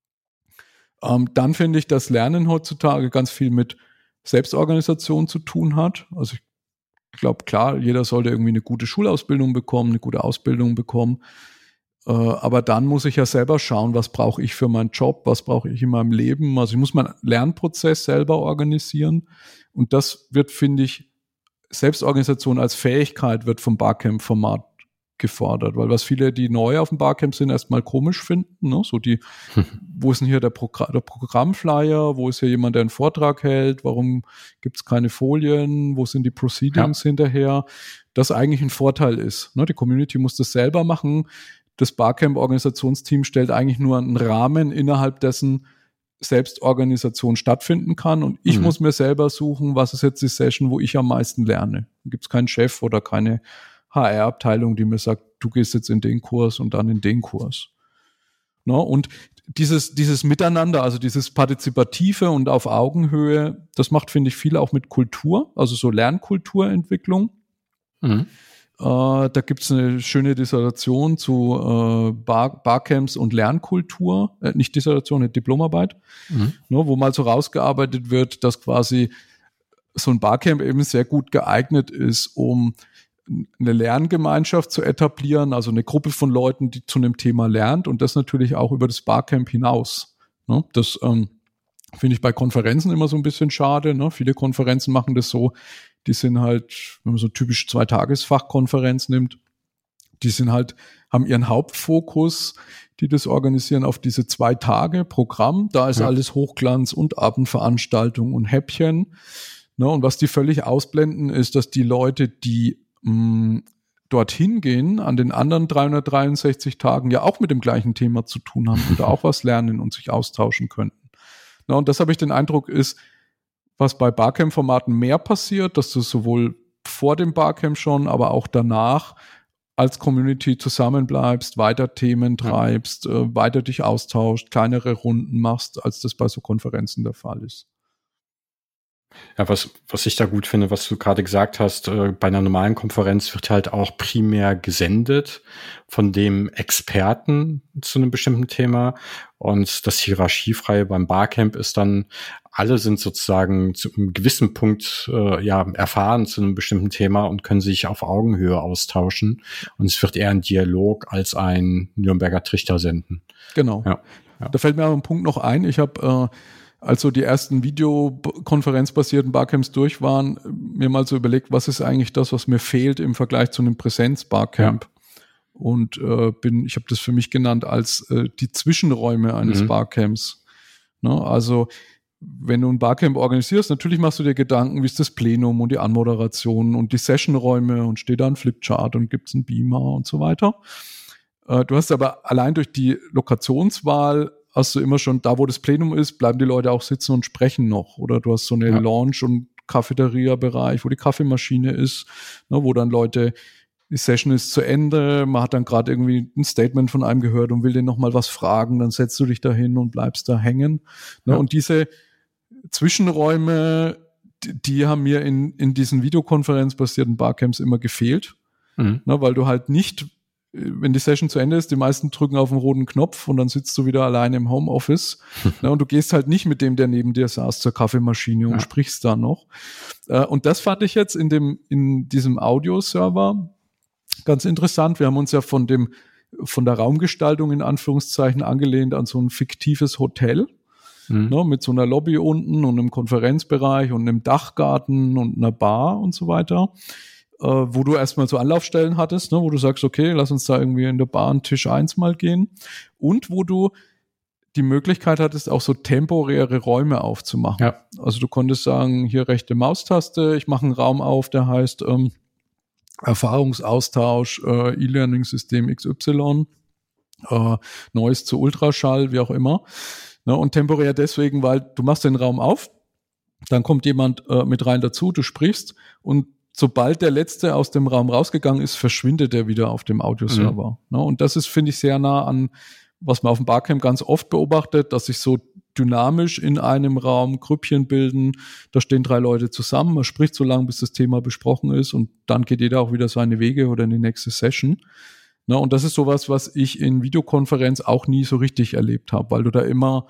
Ähm, dann finde ich, dass Lernen heutzutage ganz viel mit Selbstorganisation zu tun hat. Also ich glaube, klar, jeder sollte irgendwie eine gute Schulausbildung bekommen, eine gute Ausbildung bekommen. Äh, aber dann muss ich ja selber schauen, was brauche ich für meinen Job, was brauche ich in meinem Leben. Also ich muss meinen Lernprozess selber organisieren. Und das wird, finde ich, Selbstorganisation als Fähigkeit wird vom Barcamp-Format gefordert, weil was viele, die neu auf dem Barcamp sind, erstmal komisch finden, ne? So die, wo ist denn hier der, Progr- der Programmflyer, wo ist hier jemand, der einen Vortrag hält, warum gibt es keine Folien, wo sind die Proceedings ja. hinterher, das eigentlich ein Vorteil ist. Ne? Die Community muss das selber machen, das Barcamp-Organisationsteam stellt eigentlich nur einen Rahmen, innerhalb dessen Selbstorganisation stattfinden kann und ich mhm. muss mir selber suchen, was ist jetzt die Session, wo ich am meisten lerne. Da gibt es keinen Chef oder keine H R-Abteilung, die mir sagt, du gehst jetzt in den Kurs und dann in den Kurs. No, und dieses, dieses Miteinander, also dieses Partizipative und auf Augenhöhe, das macht, finde ich, viel auch mit Kultur, also so Lernkulturentwicklung. Mhm. Äh, da gibt es eine schöne Dissertation zu äh, Bar, Barcamps und Lernkultur, äh, nicht Dissertation, eine Diplomarbeit, mhm. no, wo mal so rausgearbeitet wird, dass quasi so ein Barcamp eben sehr gut geeignet ist, um eine Lerngemeinschaft zu etablieren, also eine Gruppe von Leuten, die zu einem Thema lernt und das natürlich auch über das Barcamp hinaus. Ne? Das ähm, finde ich bei Konferenzen immer so ein bisschen schade. Ne? Viele Konferenzen machen das so, die sind halt, wenn man so typisch Zweitagesfachkonferenz nimmt, die sind halt, haben ihren Hauptfokus, die das organisieren, auf diese zwei Tage Programm. Da ist ja. alles Hochglanz und Abendveranstaltung und Häppchen. Ne? Und was die völlig ausblenden, ist, dass die Leute, die dorthin gehen, an den anderen dreihundertdreiundsechzig Tagen ja auch mit dem gleichen Thema zu tun haben und da auch was lernen und sich austauschen könnten. Na, und das habe ich den Eindruck ist, was bei Barcamp-Formaten mehr passiert, dass du sowohl vor dem Barcamp schon, aber auch danach als Community zusammenbleibst, weiter Themen treibst, ja. äh, weiter dich austauscht, kleinere Runden machst, als das bei so Konferenzen der Fall ist. Ja, was, was ich da gut finde, was du gerade gesagt hast, äh, bei einer normalen Konferenz wird halt auch primär gesendet von dem Experten zu einem bestimmten Thema und das Hierarchiefreie beim Barcamp ist dann, alle sind sozusagen zu einem gewissen Punkt äh, ja erfahren zu einem bestimmten Thema und können sich auf Augenhöhe austauschen und es wird eher ein Dialog als ein Nürnberger Trichter senden. Genau. Ja, ja. Da fällt mir aber ein Punkt noch ein, ich habe äh, als so die ersten videokonferenzbasierten Barcamps durch waren, mir mal so überlegt, was ist eigentlich das, was mir fehlt im Vergleich zu einem Präsenz-Barcamp. Ja. Und äh, bin, ich habe das für mich genannt als äh, die Zwischenräume eines mhm. Barcamps. Ne? Also wenn du ein Barcamp organisierst, natürlich machst du dir Gedanken, wie ist das Plenum und die Anmoderation und die Sessionräume und steht da ein Flipchart und gibt's einen Beamer und so weiter. Äh, du hast aber allein durch die Lokationswahl hast du immer schon, da wo das Plenum ist, bleiben die Leute auch sitzen und sprechen noch. Oder du hast so eine ja. Lounge- und Cafeteria-Bereich, wo die Kaffeemaschine ist, ne, wo dann Leute, die Session ist zu Ende, man hat dann gerade irgendwie ein Statement von einem gehört und will den nochmal was fragen, dann setzt du dich da hin und bleibst da hängen. Ne, ja. Und diese Zwischenräume, die, die haben mir in, in diesen videokonferenzbasierten Barcamps immer gefehlt, mhm. ne, weil du halt nicht, wenn die Session zu Ende ist, die meisten drücken auf den roten Knopf und dann sitzt du wieder alleine im Homeoffice. Ne, und du gehst halt nicht mit dem, der neben dir saß, zur Kaffeemaschine und ja. sprichst da noch. Äh, und das fand ich jetzt in dem, in diesem Audioserver ganz interessant. Wir haben uns ja von dem, von der Raumgestaltung in Anführungszeichen angelehnt an so ein fiktives Hotel. Mhm. Ne, mit so einer Lobby unten und einem Konferenzbereich und einem Dachgarten und einer Bar und so weiter. Wo du erstmal so Anlaufstellen hattest, ne, wo du sagst, okay, lass uns da irgendwie in der Bahn Tisch eins mal gehen. Und wo du die Möglichkeit hattest, auch so temporäre Räume aufzumachen. Ja. Also du konntest sagen, hier rechte Maustaste, ich mache einen Raum auf, der heißt ähm, Erfahrungsaustausch, äh, E-Learning-System X Y. äh, Noise zu Ultraschall, wie auch immer. Ne, und temporär deswegen, weil du machst den Raum auf, dann kommt jemand äh, mit rein dazu, du sprichst und sobald der Letzte aus dem Raum rausgegangen ist, verschwindet er wieder auf dem Audioserver. Mhm. Ne, und das ist, finde ich, sehr nah an, was man auf dem Barcamp ganz oft beobachtet, dass sich so dynamisch in einem Raum Grüppchen bilden. Da stehen drei Leute zusammen, man spricht so lange, bis das Thema besprochen ist und dann geht jeder auch wieder seine Wege oder in die nächste Session. Ne, und das ist sowas, was ich in Videokonferenz auch nie so richtig erlebt habe, weil du da immer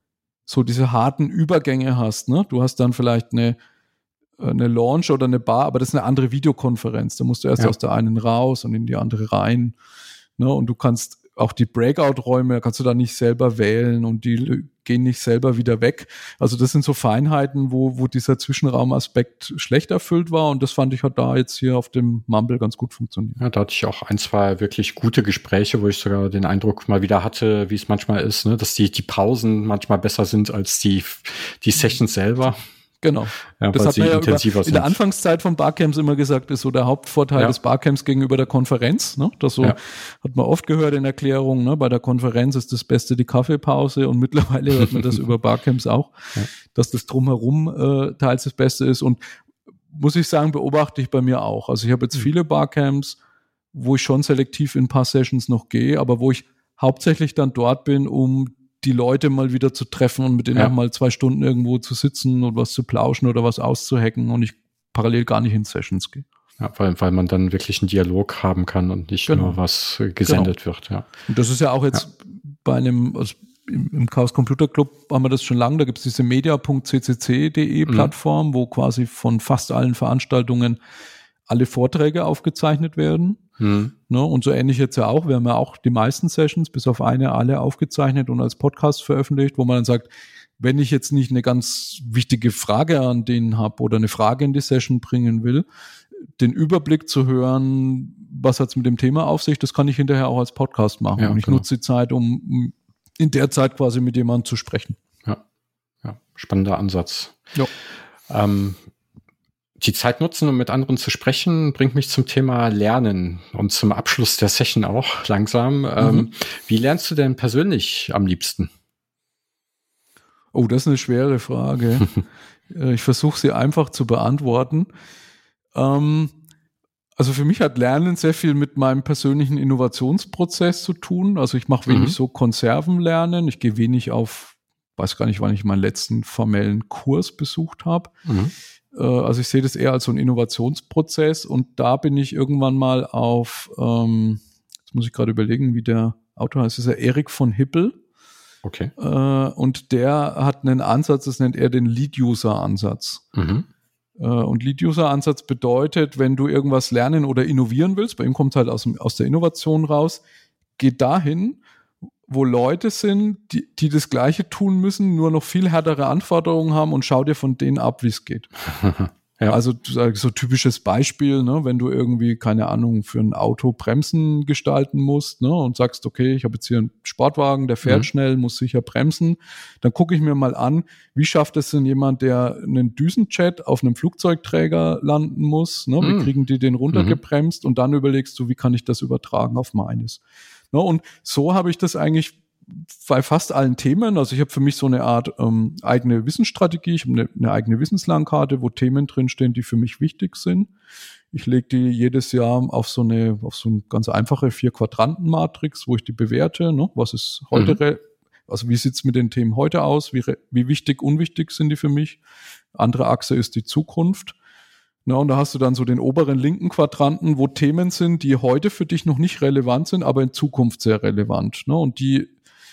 so diese harten Übergänge hast. Ne? Du hast dann vielleicht eine, eine Launch oder eine Bar, aber das ist eine andere Videokonferenz. Da musst du erst ja. aus der einen raus und in die andere rein. Ne? Und du kannst auch die Breakout-Räume, kannst du da nicht selber wählen und die gehen nicht selber wieder weg. Also das sind so Feinheiten, wo, wo dieser Zwischenraumaspekt schlecht erfüllt war und das fand ich hat da jetzt hier auf dem Mumble ganz gut funktioniert. Ja, da hatte ich auch ein, zwei wirklich gute Gespräche, wo ich sogar den Eindruck mal wieder hatte, wie es manchmal ist, ne, dass die, die Pausen manchmal besser sind als die, die Sessions selber. Genau. Ja, das hat man ja über, in der Anfangszeit von Barcamps immer gesagt, ist so der Hauptvorteil ja. des Barcamps gegenüber der Konferenz. Ne? Das so ja. hat man oft gehört in Erklärungen. Ne? Bei der Konferenz ist das Beste die Kaffeepause und mittlerweile hört man das über Barcamps auch, ja. dass das Drumherum äh, teils das Beste ist. Und muss ich sagen, beobachte ich bei mir auch. Also ich habe jetzt mhm. viele Barcamps, wo ich schon selektiv in ein paar Sessions noch gehe, aber wo ich hauptsächlich dann dort bin, um die Leute mal wieder zu treffen und mit denen ja. auch mal zwei Stunden irgendwo zu sitzen und was zu plauschen oder was auszuhacken und ich parallel gar nicht in Sessions gehe. Ja, weil, weil man dann wirklich einen Dialog haben kann und nicht genau. nur was gesendet genau. wird. Ja. Und das ist ja auch jetzt ja. bei einem, also im, im Chaos Computer Club haben wir das schon lange, da gibt es diese media punkt c c c punkt d e Plattform, mhm. wo quasi von fast allen Veranstaltungen alle Vorträge aufgezeichnet werden. Hm. Ne, und so ähnlich jetzt ja auch. Wir haben ja auch die meisten Sessions, bis auf eine, alle aufgezeichnet und als Podcast veröffentlicht, wo man dann sagt, wenn ich jetzt nicht eine ganz wichtige Frage an denen habe oder eine Frage in die Session bringen will, den Überblick zu hören, was hat's mit dem Thema auf sich, das kann ich hinterher auch als Podcast machen. Ja, und ich genau. nutze die Zeit, um in der Zeit quasi mit jemandem zu sprechen. Ja, ja, spannender Ansatz. Ja. Ähm, Die Zeit nutzen, um mit anderen zu sprechen, bringt mich zum Thema Lernen und zum Abschluss der Session auch langsam. Mhm. Ähm, wie lernst du denn persönlich am liebsten? Oh, das ist eine schwere Frage. Ich versuche sie einfach zu beantworten. Ähm, also für mich hat Lernen sehr viel mit meinem persönlichen Innovationsprozess zu tun. Also ich mache wenig mhm. so Konservenlernen. Ich gehe wenig auf, weiß gar nicht, wann ich meinen letzten formellen Kurs besucht habe. Mhm. Also ich sehe das eher als so einen Innovationsprozess und da bin ich irgendwann mal auf, ähm, jetzt muss ich gerade überlegen, wie der Autor heißt, das ist ja Erik von Hippel. Okay. Äh, und der hat einen Ansatz, das nennt er den Lead-User-Ansatz. Mhm. Äh, und Lead-User-Ansatz bedeutet, wenn du irgendwas lernen oder innovieren willst, bei ihm kommt es halt aus, dem, aus der Innovation raus, geh dahin, wo Leute sind, die, die das Gleiche tun müssen, nur noch viel härtere Anforderungen haben und schau dir von denen ab, wie es geht. Ja. Also so typisches Beispiel, ne, wenn du irgendwie, keine Ahnung, für ein Auto Bremsen gestalten musst, ne, und sagst, okay, ich habe jetzt hier einen Sportwagen, der fährt mhm. schnell, muss sicher bremsen, dann gucke ich mir mal an, wie schafft es denn jemand, der einen Düsenjet auf einem Flugzeugträger landen muss, ne, mhm. wie kriegen die den runtergebremst mhm. und dann überlegst du, wie kann ich das übertragen auf meines. Ne, und so habe ich das eigentlich bei fast allen Themen, also ich habe für mich so eine Art ähm, eigene Wissensstrategie, ich habe eine, eine eigene Wissenslandkarte, wo Themen drinstehen, die für mich wichtig sind. Ich lege die jedes Jahr auf so eine, auf so eine ganz einfache Vier-Quadranten-Matrix, wo ich die bewerte, ne? Was ist heute, mhm. also wie sieht's mit den Themen heute aus, wie, wie wichtig, unwichtig sind die für mich. Andere Achse ist die Zukunft. Na, und da hast du dann so den oberen linken Quadranten, wo Themen sind, die heute für dich noch nicht relevant sind, aber in Zukunft sehr relevant. Ne? Und die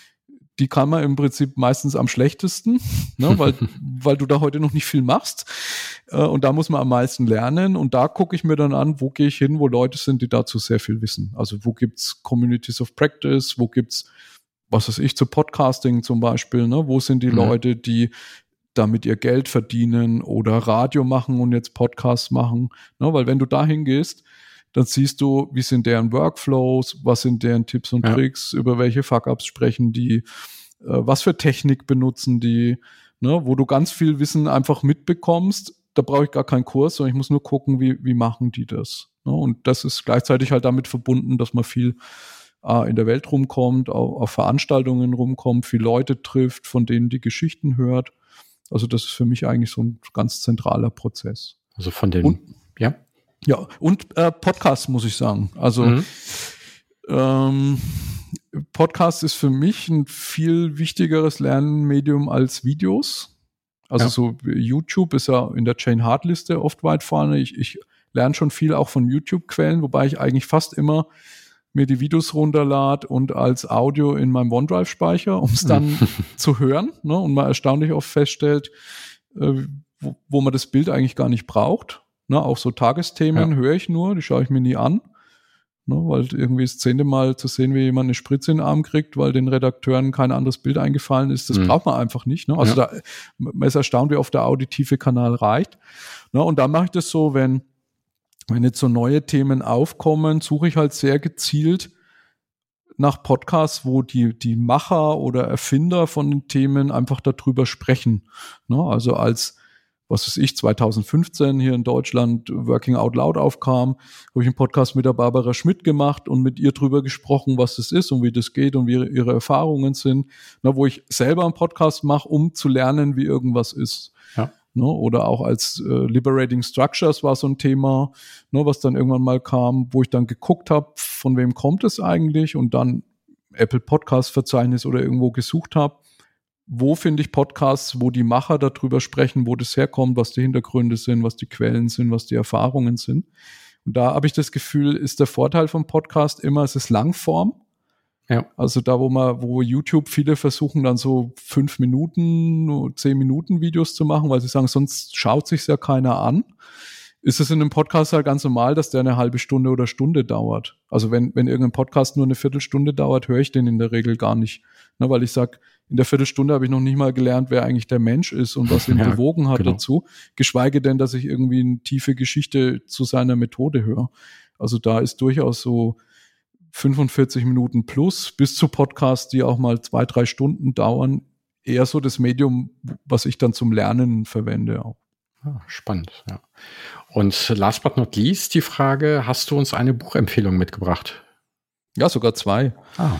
Die kann man im Prinzip meistens am schlechtesten, ne, weil, weil du da heute noch nicht viel machst. Äh, und da muss man am meisten lernen. Und da gucke ich mir dann an, wo gehe ich hin, wo Leute sind, die dazu sehr viel wissen. Also wo gibt's Communities of Practice, wo gibt's, was weiß ich, zu Podcasting zum Beispiel, ne? Wo sind die mhm. Leute, die damit ihr Geld verdienen oder Radio machen und jetzt Podcasts machen. Ne? Weil wenn du da hingehst, dann siehst du, wie sind deren Workflows, was sind deren Tipps und ja. Tricks, über welche Fuck-Ups sprechen die, äh, was für Technik benutzen die, ne, wo du ganz viel Wissen einfach mitbekommst. Da brauche ich gar keinen Kurs, sondern ich muss nur gucken, wie, wie machen die das. Ne? Und das ist gleichzeitig halt damit verbunden, dass man viel äh, in der Welt rumkommt, auf, auf Veranstaltungen rumkommt, viele Leute trifft, von denen die Geschichten hört. Also das ist für mich eigentlich so ein ganz zentraler Prozess. Also von den, und, ja. Ja, und äh, Podcast muss ich sagen. Also mhm. ähm, Podcast ist für mich ein viel wichtigeres Lernmedium als Videos. Also ja. so YouTube ist ja in der Jane Hart Liste oft weit vorne. Ich, ich lerne schon viel auch von YouTube-Quellen, wobei ich eigentlich fast immer mir die Videos runterlade und als Audio in meinem OneDrive speichere, um es dann zu hören. Ne? Und man erstaunlich oft feststellt, äh, wo, wo man das Bild eigentlich gar nicht braucht. Ne? Auch so Tagesthemen ja. höre ich nur, die schaue ich mir nie an. Ne? Weil irgendwie das zehnte Mal zu sehen, wie jemand eine Spritze in den Arm kriegt, weil den Redakteuren kein anderes Bild eingefallen ist, das mhm. braucht man einfach nicht. Ne? Also ja. da, man ist erstaunt, wie oft der auditive Kanal reicht. Ne? Und dann mache ich das so, wenn Wenn jetzt so neue Themen aufkommen, suche ich halt sehr gezielt nach Podcasts, wo die, die Macher oder Erfinder von den Themen einfach darüber sprechen. Ne? Also als, was weiß ich, zwanzig fünfzehn hier in Deutschland Working Out Loud aufkam, habe ich einen Podcast mit der Barbara Schmidt gemacht und mit ihr drüber gesprochen, was das ist und wie das geht und wie ihre, ihre Erfahrungen sind. Ne? Wo ich selber einen Podcast mache, um zu lernen, wie irgendwas ist. Ja. Ne, oder auch als äh, Liberating Structures war so ein Thema, ne, was dann irgendwann mal kam, wo ich dann geguckt habe, von wem kommt es eigentlich und dann Apple Podcast Verzeichnis oder irgendwo gesucht habe, wo finde ich Podcasts, wo die Macher darüber sprechen, wo das herkommt, was die Hintergründe sind, was die Quellen sind, was die Erfahrungen sind. Und da habe ich das Gefühl, ist der Vorteil vom Podcast immer, es ist Langform. Ja. Also da, wo man, wo YouTube viele versuchen, dann so fünf Minuten, zehn Minuten Videos zu machen, weil sie sagen, sonst schaut sich's ja keiner an. Ist es in einem Podcast halt ganz normal, dass der eine halbe Stunde oder Stunde dauert. Also wenn, wenn irgendein Podcast nur eine Viertelstunde dauert, höre ich den in der Regel gar nicht. Ne, weil ich sag, in der Viertelstunde habe ich noch nicht mal gelernt, wer eigentlich der Mensch ist und was ihn ja, bewogen hat genau. dazu. Geschweige denn, dass ich irgendwie eine tiefe Geschichte zu seiner Methode höre. Also da ist durchaus so fünfundvierzig Minuten plus bis zu Podcasts, die auch mal zwei, drei Stunden dauern, eher so das Medium, was ich dann zum Lernen verwende auch. Ah, spannend, ja. Und last but not least die Frage, hast du uns eine Buchempfehlung mitgebracht? Ja, sogar zwei. Ah.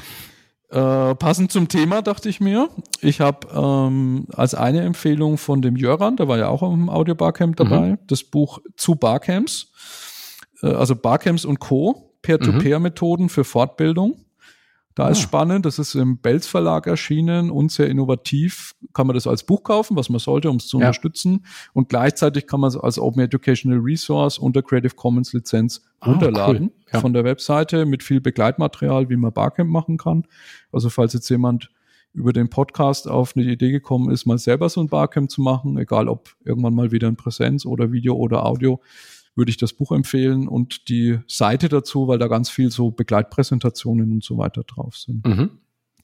Äh, passend zum Thema, dachte ich mir. Ich habe ähm, als eine Empfehlung von dem Jöran, der war ja auch im Audio Barcamp dabei, mhm. das Buch zu Barcamps, äh, also Barcamps und Co., Peer-to-Peer-Methoden für Fortbildung. Da ist ah. spannend, das ist im Belz Verlag erschienen und sehr innovativ. Kann man das als Buch kaufen, was man sollte, um es zu ja. unterstützen. Und gleichzeitig kann man es als Open Educational Resource unter Creative Commons Lizenz ah, runterladen cool. ja. von der Webseite mit viel Begleitmaterial, wie man Barcamp machen kann. Also falls jetzt jemand über den Podcast auf eine Idee gekommen ist, mal selber so ein Barcamp zu machen, egal ob irgendwann mal wieder in Präsenz oder Video oder Audio, würde ich das Buch empfehlen und die Seite dazu, weil da ganz viel so Begleitpräsentationen und so weiter drauf sind. Mhm.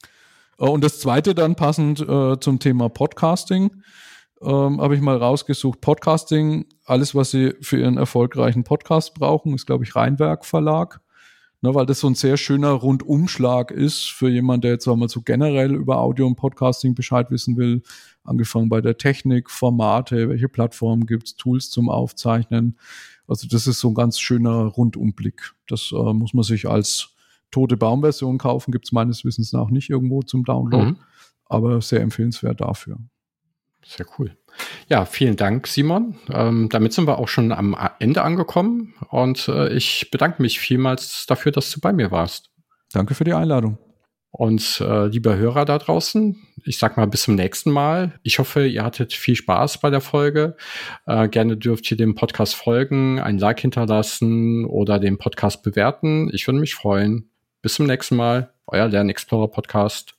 Und das zweite dann passend äh, zum Thema Podcasting, ähm, habe ich mal rausgesucht. Podcasting, alles, was Sie für Ihren erfolgreichen Podcast brauchen, ist, glaube ich, Rheinwerk Verlag. Ne, weil das so ein sehr schöner Rundumschlag ist für jemanden, der jetzt auch mal so generell über Audio und Podcasting Bescheid wissen will. Angefangen bei der Technik, Formate, welche Plattformen gibt's, Tools zum Aufzeichnen. Also das ist so ein ganz schöner Rundumblick. Das äh, muss man sich als tote Baumversion kaufen, gibt's meines Wissens nach nicht irgendwo zum Download, mhm. aber sehr empfehlenswert dafür. Sehr cool. Ja, vielen Dank, Simon. Ähm, damit sind wir auch schon am Ende angekommen und äh, ich bedanke mich vielmals dafür, dass du bei mir warst. Danke für die Einladung. Und äh, liebe Hörer da draußen, ich sag mal bis zum nächsten Mal. Ich hoffe, ihr hattet viel Spaß bei der Folge. Äh, gerne dürft ihr dem Podcast folgen, ein Like hinterlassen oder den Podcast bewerten. Ich würde mich freuen. Bis zum nächsten Mal. Euer Lernexplorer Podcast.